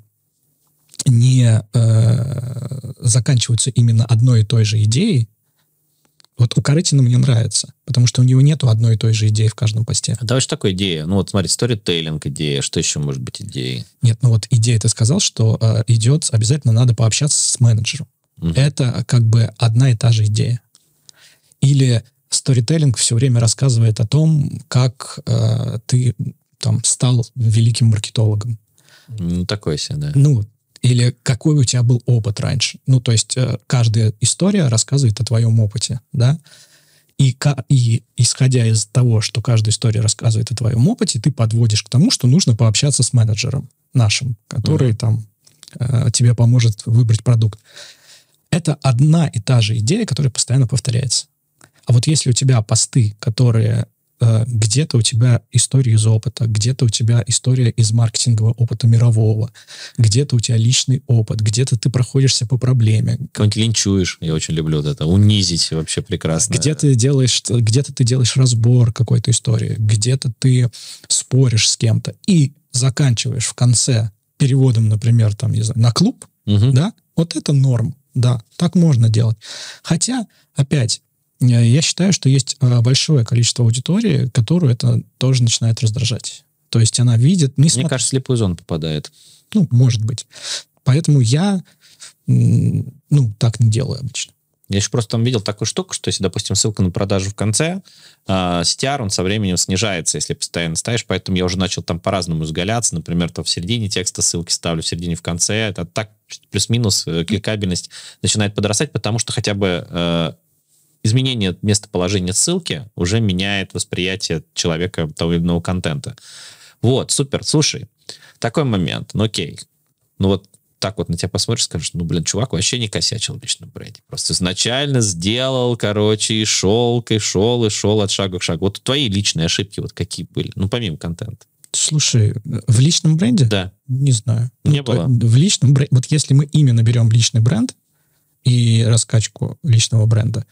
не заканчиваются именно одной и той же идеей, вот у Корытина мне нравится, потому что у него нету одной и той же идеи в каждом посте. А давай, что такое идея? Ну вот смотри, сторителлинг идея, что еще может быть идеей? Нет, ну вот идея, ты сказал, что идет, обязательно надо пообщаться с менеджером. Это как бы одна и та же идея. Или сторителлинг все время рассказывает о том, как ты там стал великим маркетологом. Ну, такое себе, да. Ну, или какой у тебя был опыт раньше. Ну, то есть каждая история рассказывает о твоем опыте, да? И исходя из того, что каждая история рассказывает о твоем опыте, ты подводишь к тому, что нужно пообщаться с менеджером нашим, который там тебе поможет выбрать продукт. Это одна и та же идея, которая постоянно повторяется. А вот если у тебя посты, которые где-то у тебя история из опыта, где-то у тебя история из маркетингового опыта мирового, где-то у тебя личный опыт, где-то ты проходишься по проблеме. Кого-нибудь линчуешь, я очень люблю вот это, унизить вообще прекрасно. Где-то ты делаешь разбор какой-то истории, где-то ты споришь с кем-то и заканчиваешь в конце переводом, например, там, не знаю, на клуб, да, вот это норм, да, так можно делать. Хотя, опять, я считаю, что есть большое количество аудитории, которую это тоже начинает раздражать. То есть она видит... Мне кажется, в слепую зону попадает. Ну, может быть. Поэтому я, так не делаю обычно. Я еще просто там видел такую штуку, что если, допустим, ссылка на продажу в конце, CTR, он со временем снижается, если постоянно ставишь, поэтому я уже начал там по-разному изгаляться. Например, то в середине текста ссылки ставлю, в середине, в конце. Это так плюс-минус кликабельность начинает подрастать, потому что хотя бы... изменение местоположения ссылки уже меняет восприятие человека того или иного контента. Вот, супер. Слушай, такой момент. Ну, окей. Ну, вот так вот на тебя посмотришь, скажешь, чувак вообще не косячил в личном бренде. Просто изначально сделал, и шел от шага к шагу. Вот твои личные ошибки вот какие были? Ну, помимо контента. Слушай, в личном бренде? Да. Не знаю. Не было? В личном бренде... Вот если мы именно берем личный бренд и раскачку личного бренда,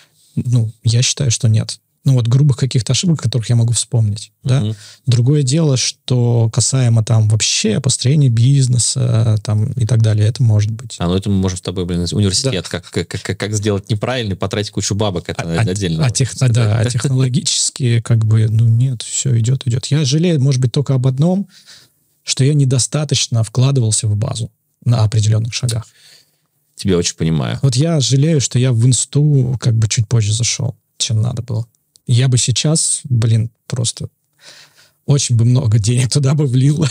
я считаю, что нет. Вот грубых каких-то ошибок, которых я могу вспомнить, да. Другое дело, что касаемо там вообще построения бизнеса там и так далее, это может быть. Это мы можем с тобой, университет, да. как сделать неправильно, потратить кучу бабок, это отдельно. Технологически нет, все идет. Я жалею, может быть, только об одном, что я недостаточно вкладывался в базу на определенных шагах. Тебя очень понимаю. Вот я жалею, что я в инсту чуть позже зашел, чем надо было. Я бы сейчас, просто очень бы много денег туда бы влил.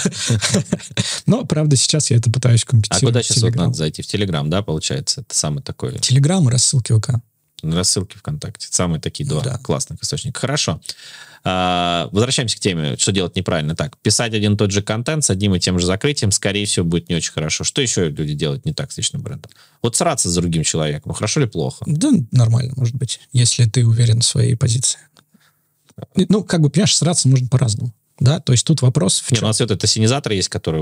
Но, правда, сейчас я это пытаюсь компенсировать. А куда сейчас вот надо зайти? В Телеграм, да, получается? Это самый такой... Телеграм и рассылки ВК. Рассылки ВКонтакте. Самые такие два классных источника. Хорошо. Возвращаемся к теме, что делать неправильно. Так, писать один и тот же контент с одним и тем же закрытием, скорее всего, будет не очень хорошо. Что еще люди делают не так с личным брендом? Вот сраться с другим человеком, хорошо или плохо? Да, нормально, может быть, если ты уверен в своей позиции. Понимаешь, сраться можно по-разному. Да, то есть тут вопрос в чем? У нас это синизатор есть, который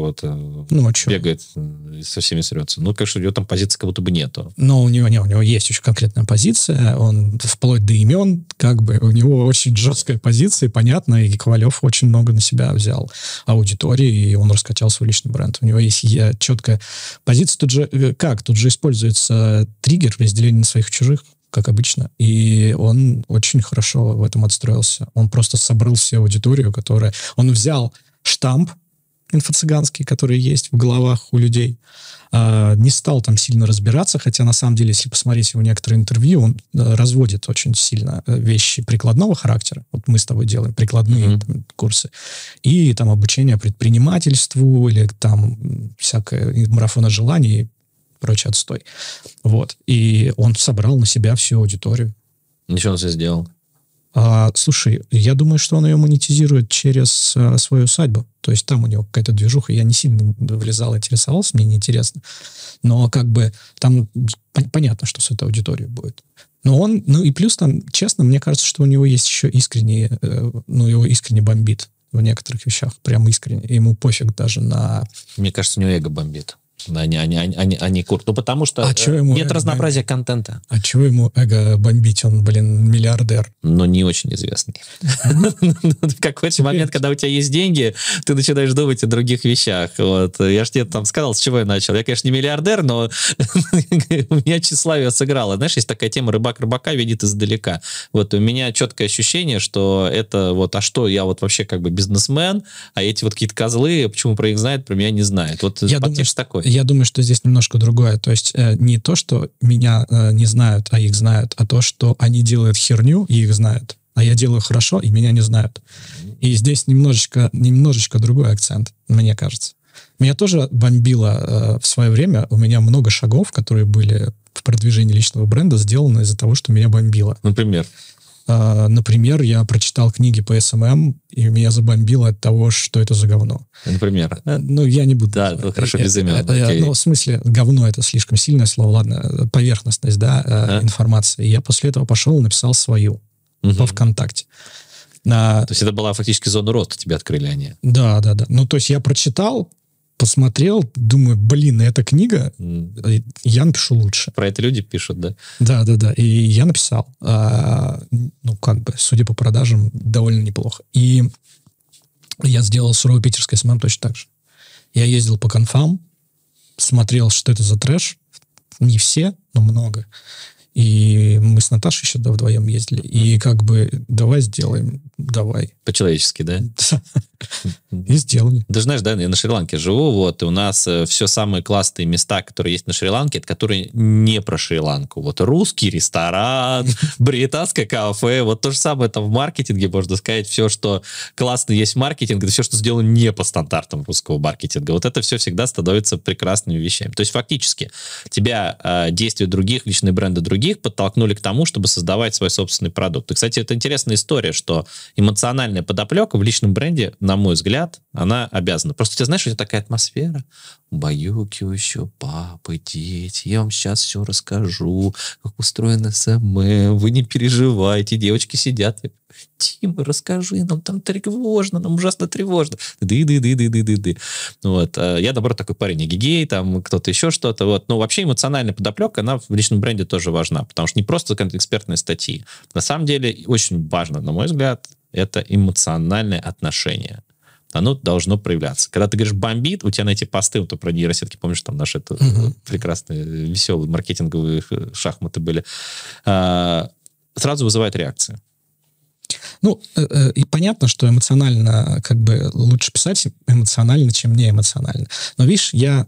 бегает и со всеми срется. Конечно, у него там позиции как будто бы нету. Но у него есть очень конкретная позиция, он вплоть до имен, у него очень жесткая позиция, понятно, и Ковалев очень много на себя взял аудитории, и он раскачал свой личный бренд. У него есть четкая позиция. Тут же используется триггер разделения на своих и чужих, как обычно. И он очень хорошо в этом отстроился. Он просто собрал всю аудиторию, Он взял штамп инфо-цыганский, который есть в головах у людей, не стал там сильно разбираться, хотя на самом деле, если посмотреть его некоторые интервью, он разводит очень сильно вещи прикладного характера. Вот мы с тобой делаем прикладные курсы. И там обучение предпринимательству, или там всякое марафона желаний, прочий отстой. Вот. И он собрал на себя всю аудиторию. Ничего он себе сделал. Слушай, я думаю, что он ее монетизирует через свою усадьбу. То есть там у него какая-то движуха. Я не сильно влезал, интересовался, мне неинтересно. Но там понятно, что с этой аудиторией будет. Но и плюс там, честно, мне кажется, что у него есть еще его искренне бомбит в некоторых вещах. Прям искренне. Ему пофиг даже на... Мне кажется, у него эго бомбит. Они курт. Ну, потому что нет разнообразия контента. А чего ему эго бомбить? Он, миллиардер. Но не очень известный. В какой-то момент, когда у тебя есть деньги, ты начинаешь думать о других вещах. Вот. Я же тебе там сказал, с чего я начал. Я, конечно, не миллиардер, но у меня тщеславие сыграло. Знаешь, есть такая тема: рыбак рыбака видит издалека. Вот у меня четкое ощущение, что это вот, а что, я вот вообще как бы бизнесмен, а эти вот какие-то козлы, почему про них знают, про меня не знают. Вот подтекст такой. Я думаю, что здесь немножко другое. То есть не то, что меня не знают, а их знают, а то, что они делают херню, и их знают. А я делаю хорошо, и меня не знают. И здесь немножечко другой акцент, мне кажется. Меня тоже бомбило в свое время. У меня много шагов, которые были в продвижении личного бренда, сделаны из-за того, что меня бомбило. Например? Например, я прочитал книги по СММ, и меня забомбило от того, что это за говно. Например? Ну, я не буду. Да, хорошо, без имен. Ну, в смысле, говно — это слишком сильное слово. Ладно, поверхностность, да, информации. Я после этого пошел и написал свою по ВКонтакте. То есть это была фактически зона роста, тебе открыли они? Да. Ну, то есть я прочитал, посмотрел, думаю, эта книга, я напишу лучше. Про это люди пишут, да? Да. И я написал. Судя по продажам, довольно неплохо. И я сделал суровый питерский СММ точно так же. Я ездил по конфам, смотрел, что это за трэш. Не все, но много. И мы с Наташей еще вдвоем ездили. И давай сделаем, давай. По-человечески, да? И сделали. Ты знаешь, да, я на Шри-Ланке живу, вот, и у нас все самые классные места, которые есть на Шри-Ланке, это которые не про Шри-Ланку. Вот русский ресторан, британское кафе, вот то же самое там в маркетинге, можно сказать, все, что классно есть в маркетинге, это все, что сделано не по стандартам русского маркетинга. Вот это все всегда становится прекрасными вещами. То есть фактически тебя действия других, личные бренды других подтолкнули к тому, чтобы создавать свой собственный продукт. И, кстати, это интересная история, что эмоциональная подоплека в личном бренде, на мой взгляд, она обязана. Просто ты знаешь, у тебя такая атмосфера, убаюкивающая, папы, дети, я вам сейчас все расскажу, как устроен СММ, вы не переживайте, девочки сидят, Тима, расскажи, нам там тревожно, нам ужасно тревожно. Ды. Вот. Я, наоборот, такой парень, гигей, там кто-то еще что-то. Вот. Но вообще эмоциональная подоплека, она в личном бренде тоже важна, потому что не просто экспертные статьи. На самом деле, очень важно, на мой взгляд, это эмоциональное отношение. Оно должно проявляться. Когда ты говоришь «бомбит», у тебя на эти посты, вот про нейросетки, помнишь, там наши прекрасные, веселые маркетинговые шахматы были, сразу вызывает реакцию. Ну, и понятно, что эмоционально лучше писать эмоционально, чем не эмоционально. Но, видишь, я,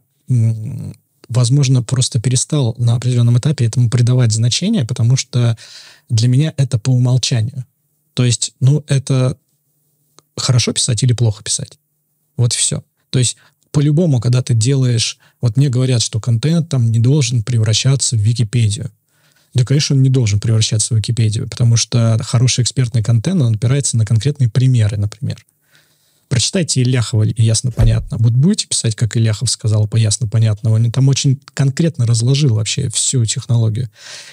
возможно, просто перестал на определенном этапе этому придавать значение, потому что для меня это по умолчанию. То есть, это хорошо писать или плохо писать. Вот и все. То есть, по-любому, когда ты делаешь... Вот мне говорят, что контент там не должен превращаться в Википедию. Да, конечно, он не должен превращаться в Википедию, потому что хороший экспертный контент, он опирается на конкретные примеры, например. Прочитайте Ильяхова ясно-понятно. Вот будете писать, как Ильяхов сказал, по ясно-понятно. Он там очень конкретно разложил вообще всю технологию.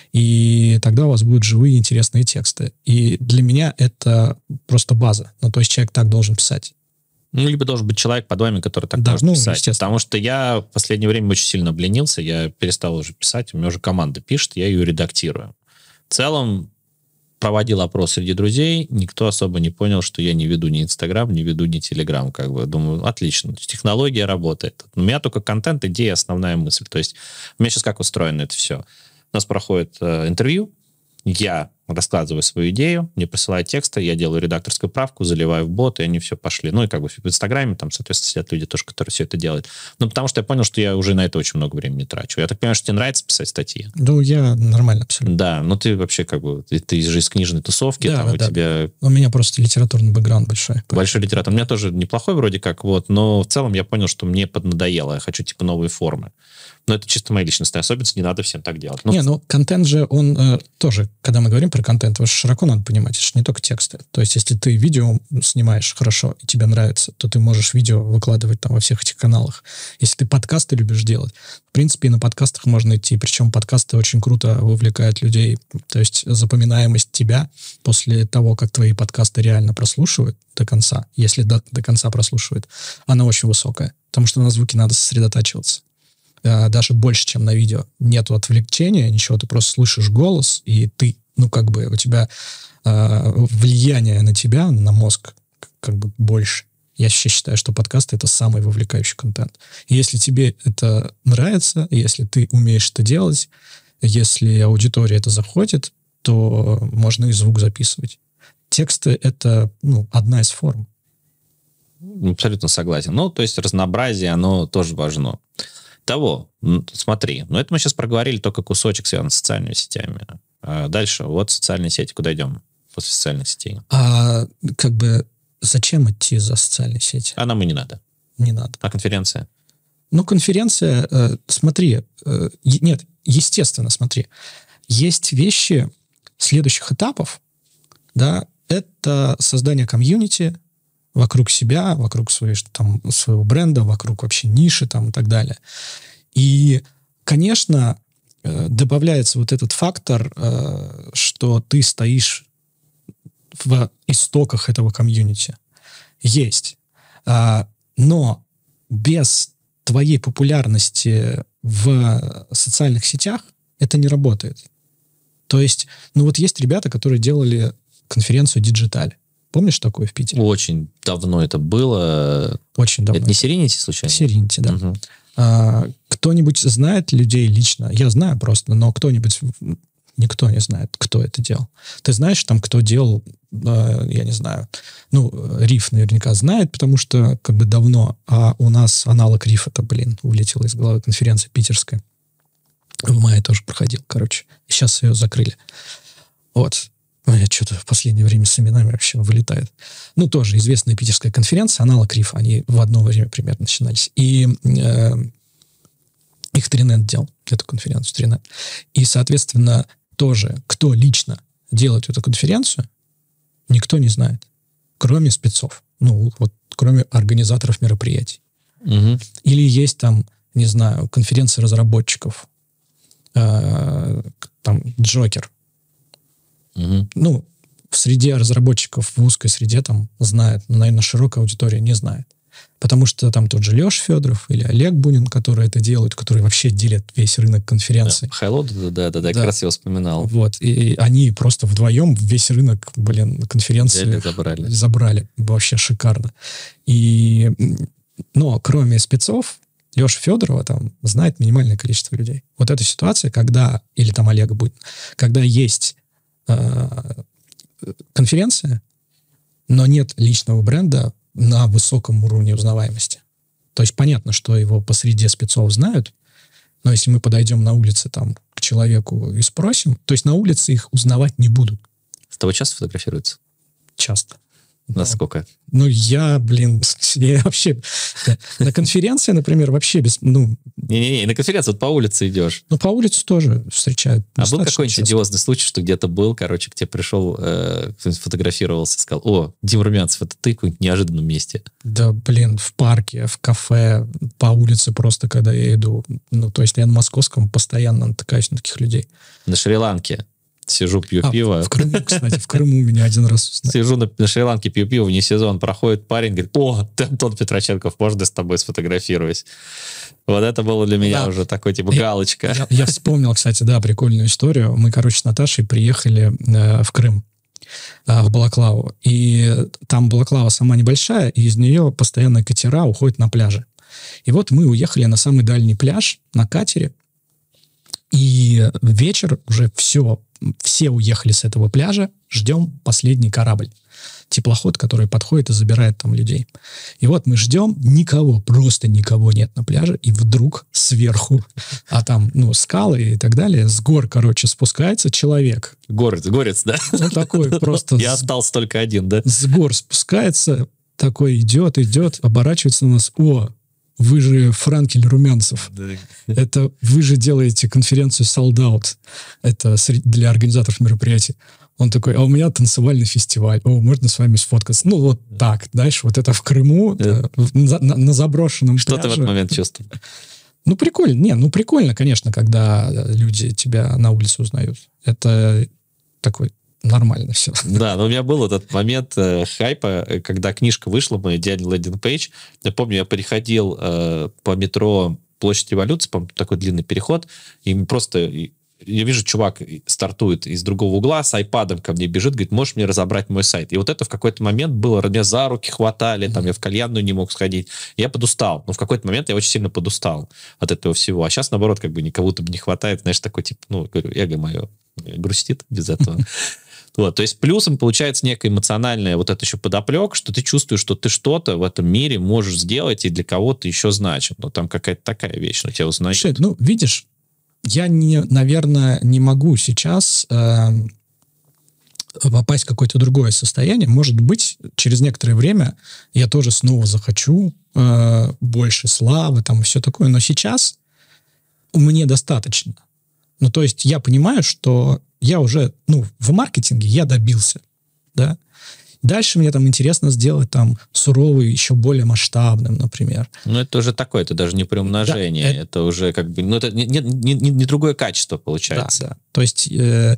И тогда у вас будут живые интересные тексты. И для меня это просто база. Ну, то есть человек так должен писать. Либо должен быть человек под вами, который так может писать. Потому что я в последнее время очень сильно обленился, я перестал уже писать, у меня уже команда пишет, я ее редактирую. В целом, проводил опрос среди друзей, никто особо не понял, что я не веду ни Инстаграм, не веду ни Телеграм. Думаю, отлично, технология работает. У меня только контент, идея, основная мысль. То есть у меня сейчас как устроено это все? У нас проходит интервью, я раскладываю свою идею, мне присылают тексты, я делаю редакторскую правку, заливаю в бот, и они все пошли. Ну, и в Инстаграме там, соответственно, сидят люди тоже, которые все это делают. Ну, потому что я понял, что я уже на это очень много времени трачу. Я так понимаю, что тебе нравится писать статьи? Ну, я нормально абсолютно. Да, но ты вообще ты же из книжной тусовки, да, там да, у тебя... У меня просто литературный бэкграунд большой. Большой литератор. У меня тоже неплохой вроде как, но в целом я понял, что мне поднадоело, я хочу новые формы. Но это чисто моя личностная особенность, не надо всем так делать. Контент же, он тоже, когда мы говорим про контент, его широко надо понимать, это же не только тексты. То есть, если ты видео снимаешь хорошо, и тебе нравится, то ты можешь видео выкладывать там во всех этих каналах. Если ты подкасты любишь делать, в принципе, и на подкастах можно идти, причем подкасты очень круто вовлекают людей. То есть, запоминаемость тебя после того, как твои подкасты реально прослушивают до конца, если до конца прослушивают, она очень высокая, потому что на звуке надо сосредотачиваться. даже больше, чем на видео. Нету отвлечения, ничего, ты просто слышишь голос, и ты, ну, как бы у тебя влияние на тебя, на мозг, как бы больше. Я вообще считаю, что подкасты — это самый вовлекающий контент. И если тебе это нравится, если ты умеешь это делать, если аудитория это заходит, то можно и звук записывать. Тексты — это, ну, одна из форм. Абсолютно согласен. Ну, то есть разнообразие, оно тоже важно. Смотри, ну это мы сейчас проговорили только кусочек, связанный с социальными сетями. А дальше, вот социальные сети, куда идем после социальных сетей? Как бы зачем идти за социальные сети? А нам и не надо. Не надо. А конференция? Ну, конференция, смотри, нет, естественно, смотри, есть вещи следующих этапов, да, это создание комьюнити вокруг себя, вокруг своего бренда, вокруг вообще ниши там и так далее. И, конечно, добавляется вот этот фактор, что ты стоишь в истоках этого комьюнити. Есть. Но без твоей популярности в социальных сетях это не работает. То есть, ну вот есть ребята, которые делали конференцию Digital. Помнишь такое в Питере? Очень давно это было. Очень давно. Это не Serenity, случайно? Serenity, да. Угу. Кто-нибудь знает людей лично? Я знаю просто, но кто-нибудь... Никто не знает, кто это делал. Ты знаешь, там, кто делал, я не знаю, ну, Риф наверняка знает, потому что как бы давно, а у нас аналог Рифа, улетела из головы, конференция питерская. В мае тоже проходил, короче. И сейчас ее закрыли. Вот. Я что-то в последнее время с именами вообще вылетает. Ну, тоже известная питерская конференция, аналог Рифа. Они в одно время примерно начинались. И их Тринет делал, эту конференцию, Тринет. И, соответственно, тоже, кто лично делает эту конференцию, никто не знает, кроме спецов. Ну, вот кроме организаторов мероприятий. Угу. Или есть там, не знаю, конференция разработчиков, там, Джокер. Угу. Ну, в среде разработчиков, в узкой среде там знают, но, наверное, широкая аудитория не знает. Потому что там тот же Леша Федоров или Олег Бунин, которые это делают, которые вообще делят весь рынок конференций. Хайло, да, как раз я вспоминал. Вот, и они просто вдвоем весь рынок, конференции забрали. Вообще шикарно. И, но кроме спецов, Леша Федорова там знает минимальное количество людей. Вот эта ситуация, когда, или там Олега Бунин, когда есть конференция, но нет личного бренда на высоком уровне узнаваемости. То есть понятно, что его по среде спецов знают, но если мы подойдем на улице там, к человеку и спросим, то есть на улице их узнавать не будут. С того часто фотографируются? Часто. Насколько? Ну, я вообще... На конференции, например, вообще без... Не-не-не, на конференции вот по улице идешь. Ну, по улице тоже встречают. А был какой-нибудь идиозный случай, что где-то был, к тебе пришел, фотографировался, сказал: «О, Дима Румянцев, это ты в каком-нибудь неожиданном месте?» Да, в парке, в кафе, по улице просто, когда я иду. Ну, то есть я на Московском постоянно натыкаюсь на таких людей. На Шри-Ланке сижу, пью пиво. В Крыму, кстати, меня один раз узнали. Сижу на Шри-Ланке, пью пиво, вне сезон, проходит парень, говорит: «О, ты Антон Петроченков, можно с тобой сфотографируюсь?» Вот это было для меня уже такой, типа, галочка. Я вспомнил, кстати, да, прикольную историю. Мы, с Наташей приехали в Крым, в Балаклаву. И там Балаклава сама небольшая, и из нее постоянно катера уходят на пляже. И вот мы уехали на самый дальний пляж на катере. И вечер уже все уехали с этого пляжа, ждем последний корабль. Теплоход, который подходит и забирает там людей. И вот мы ждем, просто никого нет на пляже, и вдруг сверху, а там, скалы и так далее, с гор, спускается человек. Горец, да? Он такой просто... Я остался только один, да? С гор спускается, такой идет, оборачивается на нас: «О, вы же Франкель Румянцев. Да. Это вы же делаете конференцию Sold Out. Это для организаторов мероприятий». Он такой: «А у меня танцевальный фестиваль. О, можно с вами сфоткаться?» Ну, вот так, знаешь, вот это в Крыму, на заброшенном пляже. Что ты в этот момент чувствовал? Ну, прикольно. Прикольно, конечно, когда люди тебя на улице узнают. Это такой... Нормально все. Да, но у меня был этот момент хайпа, когда книжка вышла, мы делали лендинг-пейдж. Я помню, я переходил по метро площадь Революции, по-моему, такой длинный переход, и просто... Я вижу, чувак стартует из другого угла, с айпадом ко мне бежит, говорит, можешь мне разобрать мой сайт? И вот это в какой-то момент было, меня за руки хватали, там, я в кальянную не мог сходить. Я подустал. Но в какой-то момент я очень сильно подустал от этого всего. А сейчас, наоборот, как бы никого-то не хватает, знаешь, такой, типа, говорю, эго мое грустит без этого. Вот, то есть плюсом получается некая эмоциональная вот это еще подоплек, что ты чувствуешь, что ты что-то в этом мире можешь сделать и для кого-то еще значит. Но там какая-то такая вещь, что тебя узнают. Слушай, видишь, я, наверное, не могу сейчас попасть в какое-то другое состояние. Может быть, через некоторое время я тоже снова захочу больше славы там и все такое. Но сейчас мне достаточно. Ну, то есть я понимаю, что я уже, в маркетинге я добился, да. Дальше мне там интересно сделать там суровый, еще более масштабным, например. Это уже такое, это даже не приумножение, да, это уже как бы, это не другое качество получается. Да. То есть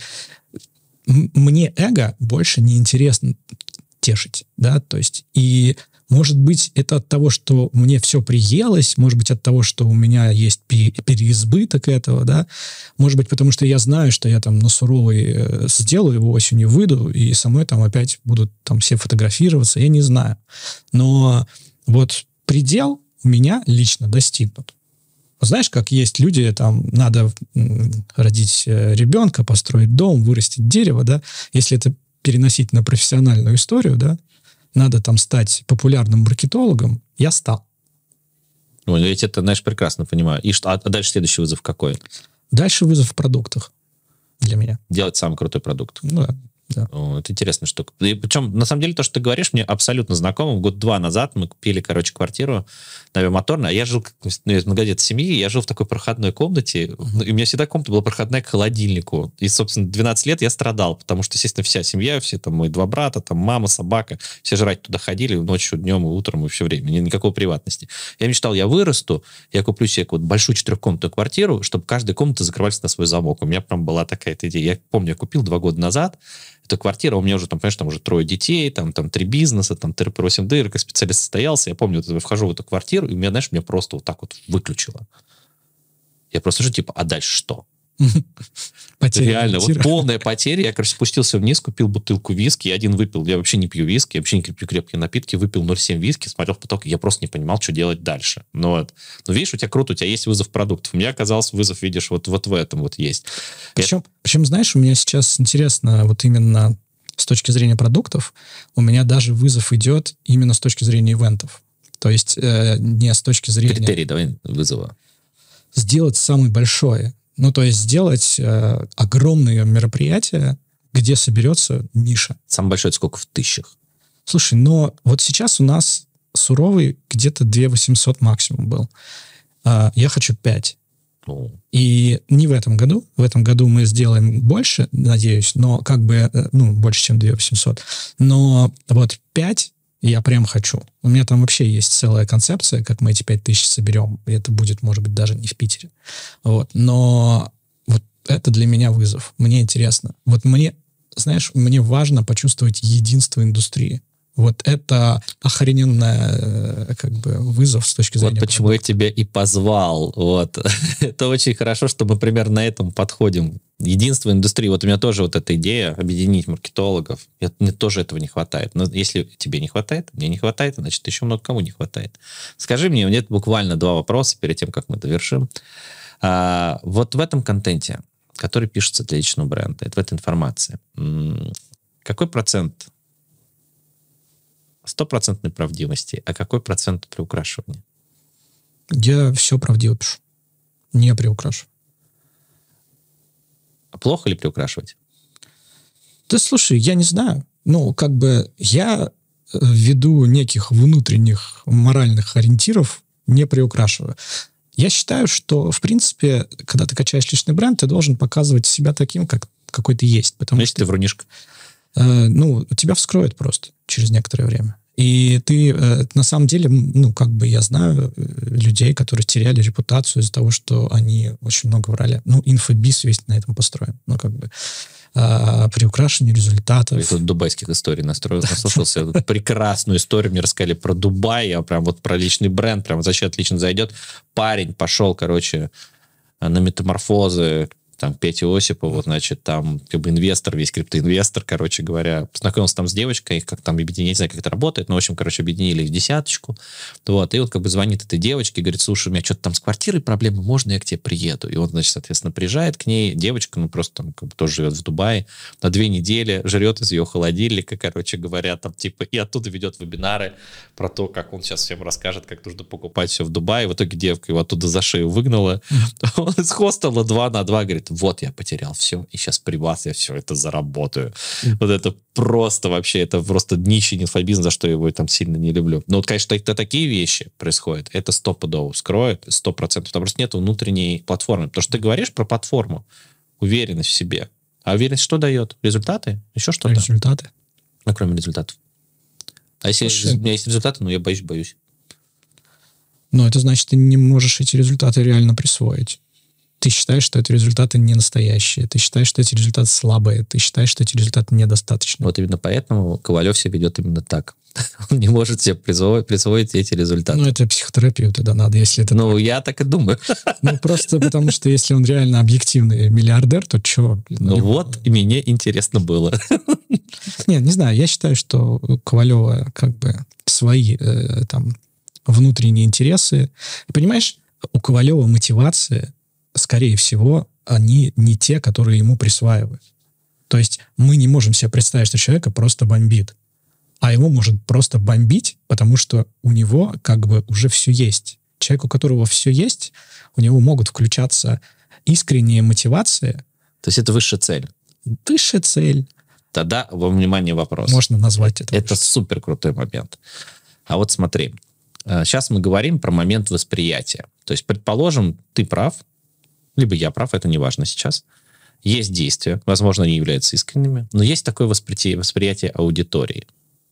мне эго больше не интересно тешить, да, то есть и может быть это от того, что мне все приелось, может быть от того, что у меня есть переизбыток этого, да, может быть потому, что я знаю, что я там на суровый сделаю его осенью, выйду, и со мной там опять будут там все фотографироваться, я не знаю. Но вот предел у меня лично достигнут. Знаешь, как есть люди, там надо родить ребенка, построить дом, вырастить дерево, да, если это переносить на профессиональную историю, да, надо там стать популярным маркетологом, я стал. Я ведь это, знаешь, прекрасно понимаю. И что, а дальше следующий вызов какой? Дальше вызов в продуктах для меня. Делать самый крутой продукт. Да. Это интересная штука. И причем, на самом деле, то, что ты говоришь, мне абсолютно знакомо. Год-два назад мы купили, квартиру на Авиамоторной, а я жил, из многодетной семьи, я жил в такой проходной комнате, и у меня всегда комната была проходная к холодильнику. И, собственно, 12 лет я страдал, потому что, естественно, вся семья, все там мои два брата, там мама, собака, все жрать туда ходили ночью, днем, и утром, и все время. Никакой приватности. Я мечтал, я вырасту, я куплю себе большую 4-комнатную квартиру, чтобы каждая комната закрывалась на свой замок. У меня прям была такая-то идея. Я помню, я купил 2 года назад эту квартиру, у меня уже, понимаешь, там уже 3 детей, там 3 бизнеса, там 8 дырок, специалист состоялся. Я помню, я вхожу в эту квартиру, и меня, знаешь, меня просто вот так вот выключило. Я просто жду, а дальше что? Потеря. Реально, полная потеря. Я, спустился вниз, купил бутылку виски, я один выпил. Я вообще не пью виски, я вообще не пью крепкие напитки. Выпил 0,7 виски, смотрел в поток, и я просто не понимал, что делать дальше. Но видишь, у тебя круто, у тебя есть вызов продуктов. У меня оказался вызов, видишь, вот в этом вот есть. Причем, знаешь, у меня сейчас интересно, вот именно с точки зрения продуктов, у меня даже вызов идет именно с точки зрения ивентов. То есть не с точки зрения... Критерий давай вызова. Сделать самое большое. То есть сделать огромное мероприятие, где соберется ниша. Самое большое это сколько в тысячах? Слушай, но вот сейчас у нас суровый где-то 2800 максимум был. Я хочу 5. И не в этом году. В этом году мы сделаем больше, надеюсь, но больше, чем 2800. Но вот 5 я прям хочу. У меня там вообще есть целая концепция, как мы эти 5000 соберем. И это будет, может быть, даже не в Питере. Вот. Но вот это для меня вызов. Мне интересно. Вот мне важно почувствовать единство индустрии. Вот это охрененный вызов с точки зрения... Вот почему продукта. Я тебя и позвал. Вот. Это очень хорошо, что мы примерно на этом подходим. Единство индустрии. Вот у меня тоже вот эта идея объединить маркетологов. Мне тоже этого не хватает. Но если тебе не хватает, мне не хватает, значит, еще много кому не хватает. Скажи мне, у меня буквально 2 вопроса перед тем, как мы довершим. Вот в этом контенте, который пишется для личного бренда, в этой информации, какой процент 100% правдивости, а какой процент приукрашивания? Я все правдиво пишу. Не приукрашиваю. А плохо ли приукрашивать? Да слушай, я не знаю. Я ввиду неких внутренних моральных ориентиров не приукрашиваю. Я считаю, что, в принципе, когда ты качаешь личный бренд, ты должен показывать себя таким, какой ты есть. Потому если ты врунишка? Тебя вскроют просто через некоторое время. И ты, на самом деле, я знаю людей, которые теряли репутацию из-за того, что они очень много врали. Инфобиз весь на этом построен. Приукрашивание результатов. Я тут дубайских историй наслушался. Прекрасную историю мне рассказали про Дубай, я прям вот про личный бренд, прям вообще отлично зайдет. Парень пошел, на метаморфозы, там, Петя Осипова, значит, там, инвестор, весь криптоинвестор, познакомился там с девочкой, их как там объединить, не знаю, как это работает, но, в общем, объединили их в десяточку, и вот звонит этой девочке, говорит, слушай, у меня что-то там с квартирой проблемы, можно я к тебе приеду? И он, значит, соответственно, приезжает к ней, девочка, просто там, тоже живет в Дубае, на 2 недели жрет из ее холодильника, там, и оттуда ведет вебинары про то, как он сейчас всем расскажет, как нужно покупать все в Дубае, в итоге девка его оттуда за шею выгнала, он из хостела 2 на 2 говорит, вот я потерял все, и сейчас при вас я все это заработаю. Вот это просто днище инфобизнеса, за что я его там сильно не люблю. Но конечно, это такие вещи происходят, это стопудово вскроет, 100%. Там просто нет внутренней платформы. Потому что ты говоришь про платформу, уверенность в себе. А уверенность что дает? Результаты? Еще что-то? Результаты. Кроме результатов. А если у меня есть результаты, я боюсь. Это значит, ты не можешь эти результаты реально присвоить. Ты считаешь, что эти результаты не настоящие, ты считаешь, что эти результаты слабые, ты считаешь, что эти результаты недостаточны. Вот именно поэтому Ковалев себя ведет именно так. Он не может себе присвоить эти результаты. Это психотерапию тогда надо, если это так. Я так и думаю. Просто потому, что если он реально объективный миллиардер, то что? И мне интересно было. Не знаю, я считаю, что у Ковалева свои там внутренние интересы. Понимаешь, у Ковалева мотивация, скорее всего, они не те, которые ему присваивают. То есть мы не можем себе представить, что человека просто бомбит. А его может просто бомбить, потому что у него уже все есть. Человек, у которого все есть, у него могут включаться искренние мотивации. То есть это высшая цель? Высшая цель. Тогда, во внимание, вопрос. Можно назвать это. Это супер крутой момент. А вот смотри, сейчас мы говорим про момент восприятия. То есть, предположим, ты прав, либо я прав, это не важно сейчас. Есть действия, возможно, они являются искренними, но есть такое восприятие аудитории.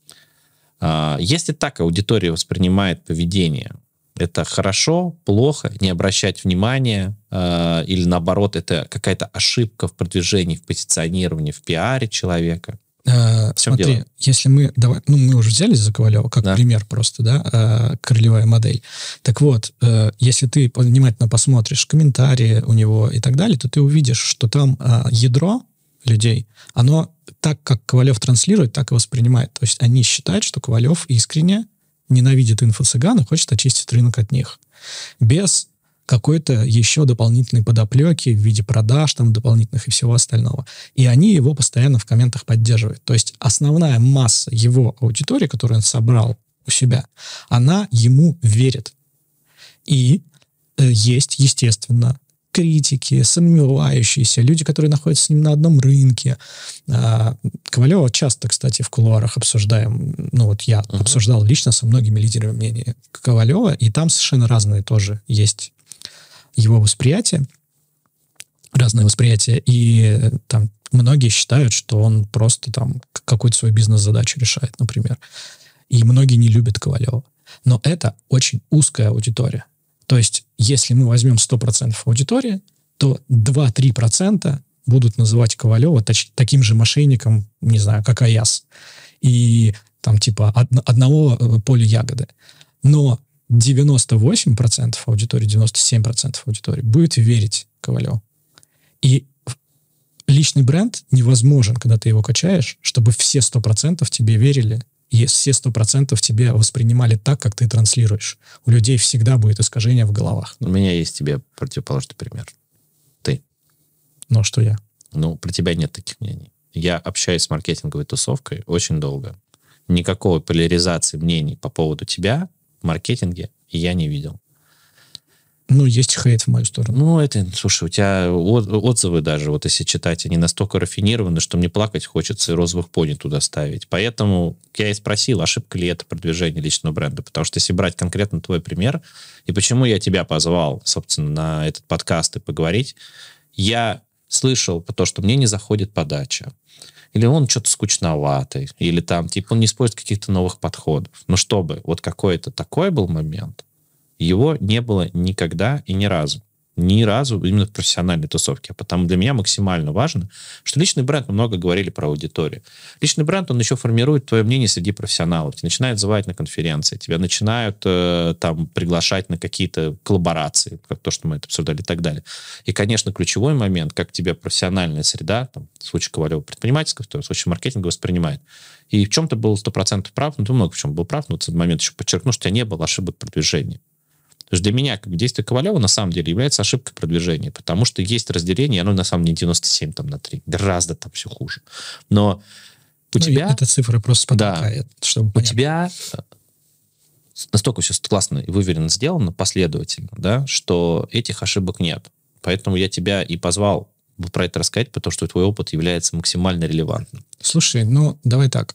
Если так аудитория воспринимает поведение, это хорошо, плохо, не обращать внимания, или наоборот, это какая-то ошибка в продвижении, в позиционировании, в пиаре человека? Смотри, дело? Если мы уже взялись за Ковалева как пример просто, крылевая модель. Так вот, если ты внимательно посмотришь комментарии у него и так далее, то ты увидишь, что там ядро людей, оно так, как Ковалев транслирует, так и воспринимает. То есть они считают, что Ковалев искренне ненавидит инфо-цыган и хочет очистить рынок от них. Без какой-то еще дополнительной подоплеки в виде продаж там дополнительных и всего остального. И они его постоянно в комментах поддерживают. То есть основная масса его аудитории, которую он собрал у себя, она ему верит. И есть, естественно, критики, сомневающиеся, люди, которые находятся с ним на одном рынке. Ковалева часто, кстати, в кулуарах обсуждаем, я обсуждал лично со многими лидерами мнения Ковалева, и там совершенно разные тоже есть его восприятие, разное восприятие, и там многие считают, что он просто там какую-то свою бизнес-задачу решает, например. И многие не любят Ковалева. Но это очень узкая аудитория. То есть, если мы возьмем 100% аудитории, то 2-3% будут называть Ковалева таким же мошенником, не знаю, как Аяс. И там одного поля ягоды. Но 98% аудитории, 97% аудитории будет верить Ковалеву. И личный бренд невозможен, когда ты его качаешь, чтобы все 100% тебе верили, и все 100% тебе воспринимали так, как ты транслируешь. У людей всегда будет искажение в головах. У меня есть тебе противоположный пример. Ты. Что я? Про тебя нет таких мнений. Я общаюсь с маркетинговой тусовкой очень долго. Никакой поляризации мнений по поводу тебя в маркетинге я не видел. Есть хейт в мою сторону. Слушай, у тебя отзывы даже, если читать, они настолько рафинированы, что мне плакать хочется и розовых пони туда ставить. Поэтому я и спросил, ошибка ли это продвижение личного бренда. Потому что если брать конкретно твой пример, и почему я тебя позвал, собственно, на этот подкаст и поговорить, я слышал то, что мне не заходит подача. или он что-то скучноватый, или там, типа, он не использует каких-то новых подходов. Но чтобы вот какой-то такой был момент, его не было никогда и ни разу. Ни разу именно в профессиональной тусовке. Потому для меня максимально важно, что личный бренд, мы много говорили про аудиторию. Личный бренд, он еще формирует твое мнение среди профессионалов. Тебя начинают звать на конференции, тебя начинают там приглашать на какие-то коллаборации, как то, что мы это обсуждали и так далее. И, конечно, ключевой момент, как тебя профессиональная среда, там, в случае Ковалева предпринимательского, в случае маркетинга воспринимает. И в чем-то был 100% прав, ну, ты много в чем был прав, но в этот момент еще подчеркну, что у тебя не было ошибок продвижения. То есть для меня, как действие Ковалева, на самом деле является ошибкой продвижения, потому что есть разделение, оно на самом деле 97 там, на 3. Гораздо там все хуже. Но у тебя... Это цифры просто с потолка, да, чтобы понять. У тебя настолько все классно и выверенно сделано, последовательно, да, что этих ошибок нет. Поэтому я тебя и позвал про это рассказать, потому что твой опыт является максимально релевантным. Слушай, ну, давай так.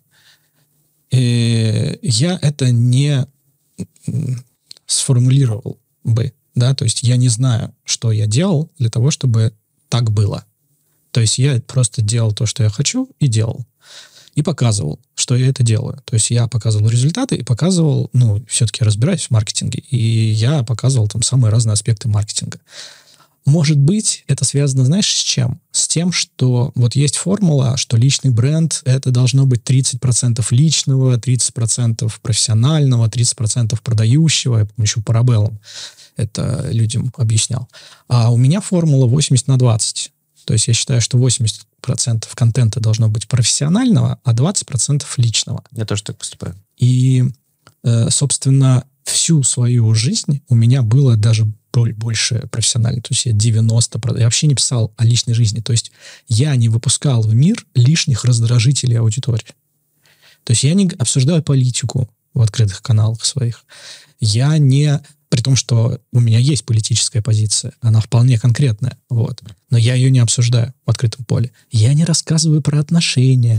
Я это не сформулировал бы, да, то есть я не знаю, что я делал для того, чтобы так было. То есть я просто делал то, что я хочу, и делал. И показывал, что я это делаю. То есть я показывал результаты и показывал, ну, все-таки разбираюсь в маркетинге, и я показывал там самые разные аспекты маркетинга. Может быть, это связано, знаешь, с чем? С тем, что вот есть формула, что личный бренд — это должно быть 30% личного, 30% профессионального, 30% продающего. Я помню, еще Парабеллум это людям объяснял. А у меня формула 80/20. То есть я считаю, что 80% контента должно быть профессионального, а 20% личного. Я тоже так поступаю. И, собственно, всю свою жизнь у меня было даже больше профессионально. То есть я 90%. Я вообще не писал о личной жизни. То есть я не выпускал в мир лишних раздражителей аудитории. То есть я не обсуждаю политику в открытых каналах своих. Я не... При том, что у меня есть политическая позиция, она вполне конкретная, вот. Но я ее не обсуждаю в открытом поле. Я не рассказываю про отношения.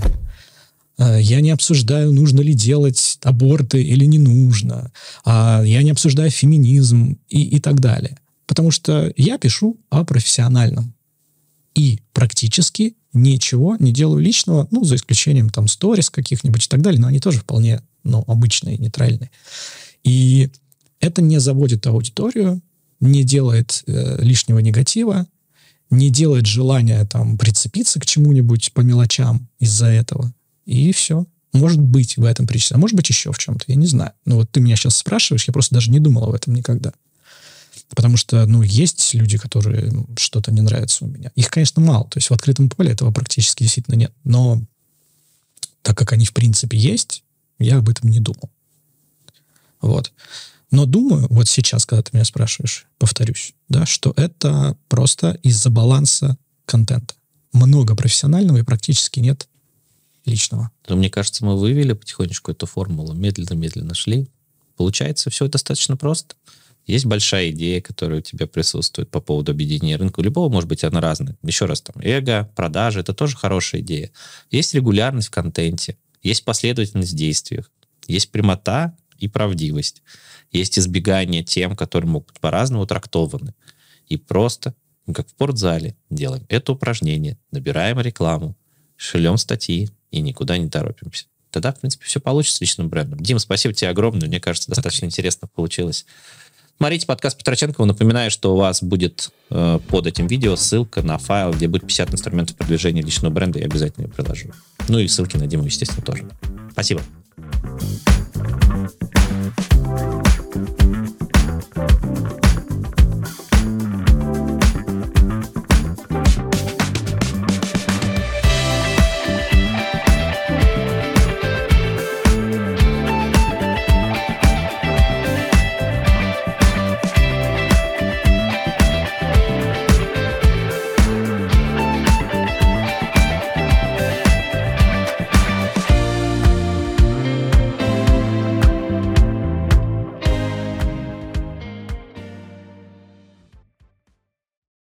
Я не обсуждаю, нужно ли делать аборты или не нужно. Я не обсуждаю феминизм и так далее. Потому что я пишу о профессиональном. И практически ничего не делаю личного, ну, за исключением там сторис каких-нибудь и так далее, но они тоже вполне, ну, обычные, нейтральные. И это не заводит аудиторию, не делает лишнего негатива, не делает желания там прицепиться к чему-нибудь по мелочам из-за этого. И все. Может быть в этом причина, а может быть еще в чем-то, я не знаю. Ну вот ты меня сейчас спрашиваешь, я просто даже не думал об этом никогда. Потому что, ну, есть люди, которые что-то не нравится у меня. Их, конечно, мало. То есть в открытом поле этого практически действительно нет. Но так как они в принципе есть, я об этом не думал. Вот. Но думаю, вот сейчас, когда ты меня спрашиваешь, повторюсь, да, что это просто из-за баланса контента. Много профессионального и практически нет личного. Но мне кажется, мы вывели потихонечку эту формулу, медленно-медленно шли. Получается, все достаточно просто. Есть большая идея, которая у тебя присутствует по поводу объединения рынка. У любого, может быть, она разная. Еще раз, там, эго, продажи, это тоже хорошая идея. Есть регулярность в контенте, есть последовательность в действиях, есть прямота и правдивость. Есть избегание тем, которые могут быть по-разному трактованы. И просто, как в спортзале, делаем это упражнение, набираем рекламу, шлем статьи и никуда не торопимся. Тогда, в принципе, все получится с личным брендом. Дим, спасибо тебе огромное. Мне кажется, достаточно интересно получилось. Смотрите подкаст Петроченкова. Напоминаю, что у вас будет под этим видео ссылка на файл, где будет 50 инструментов продвижения личного бренда. Я обязательно ее приложу. Ну и ссылки на Диму, естественно, тоже. Спасибо.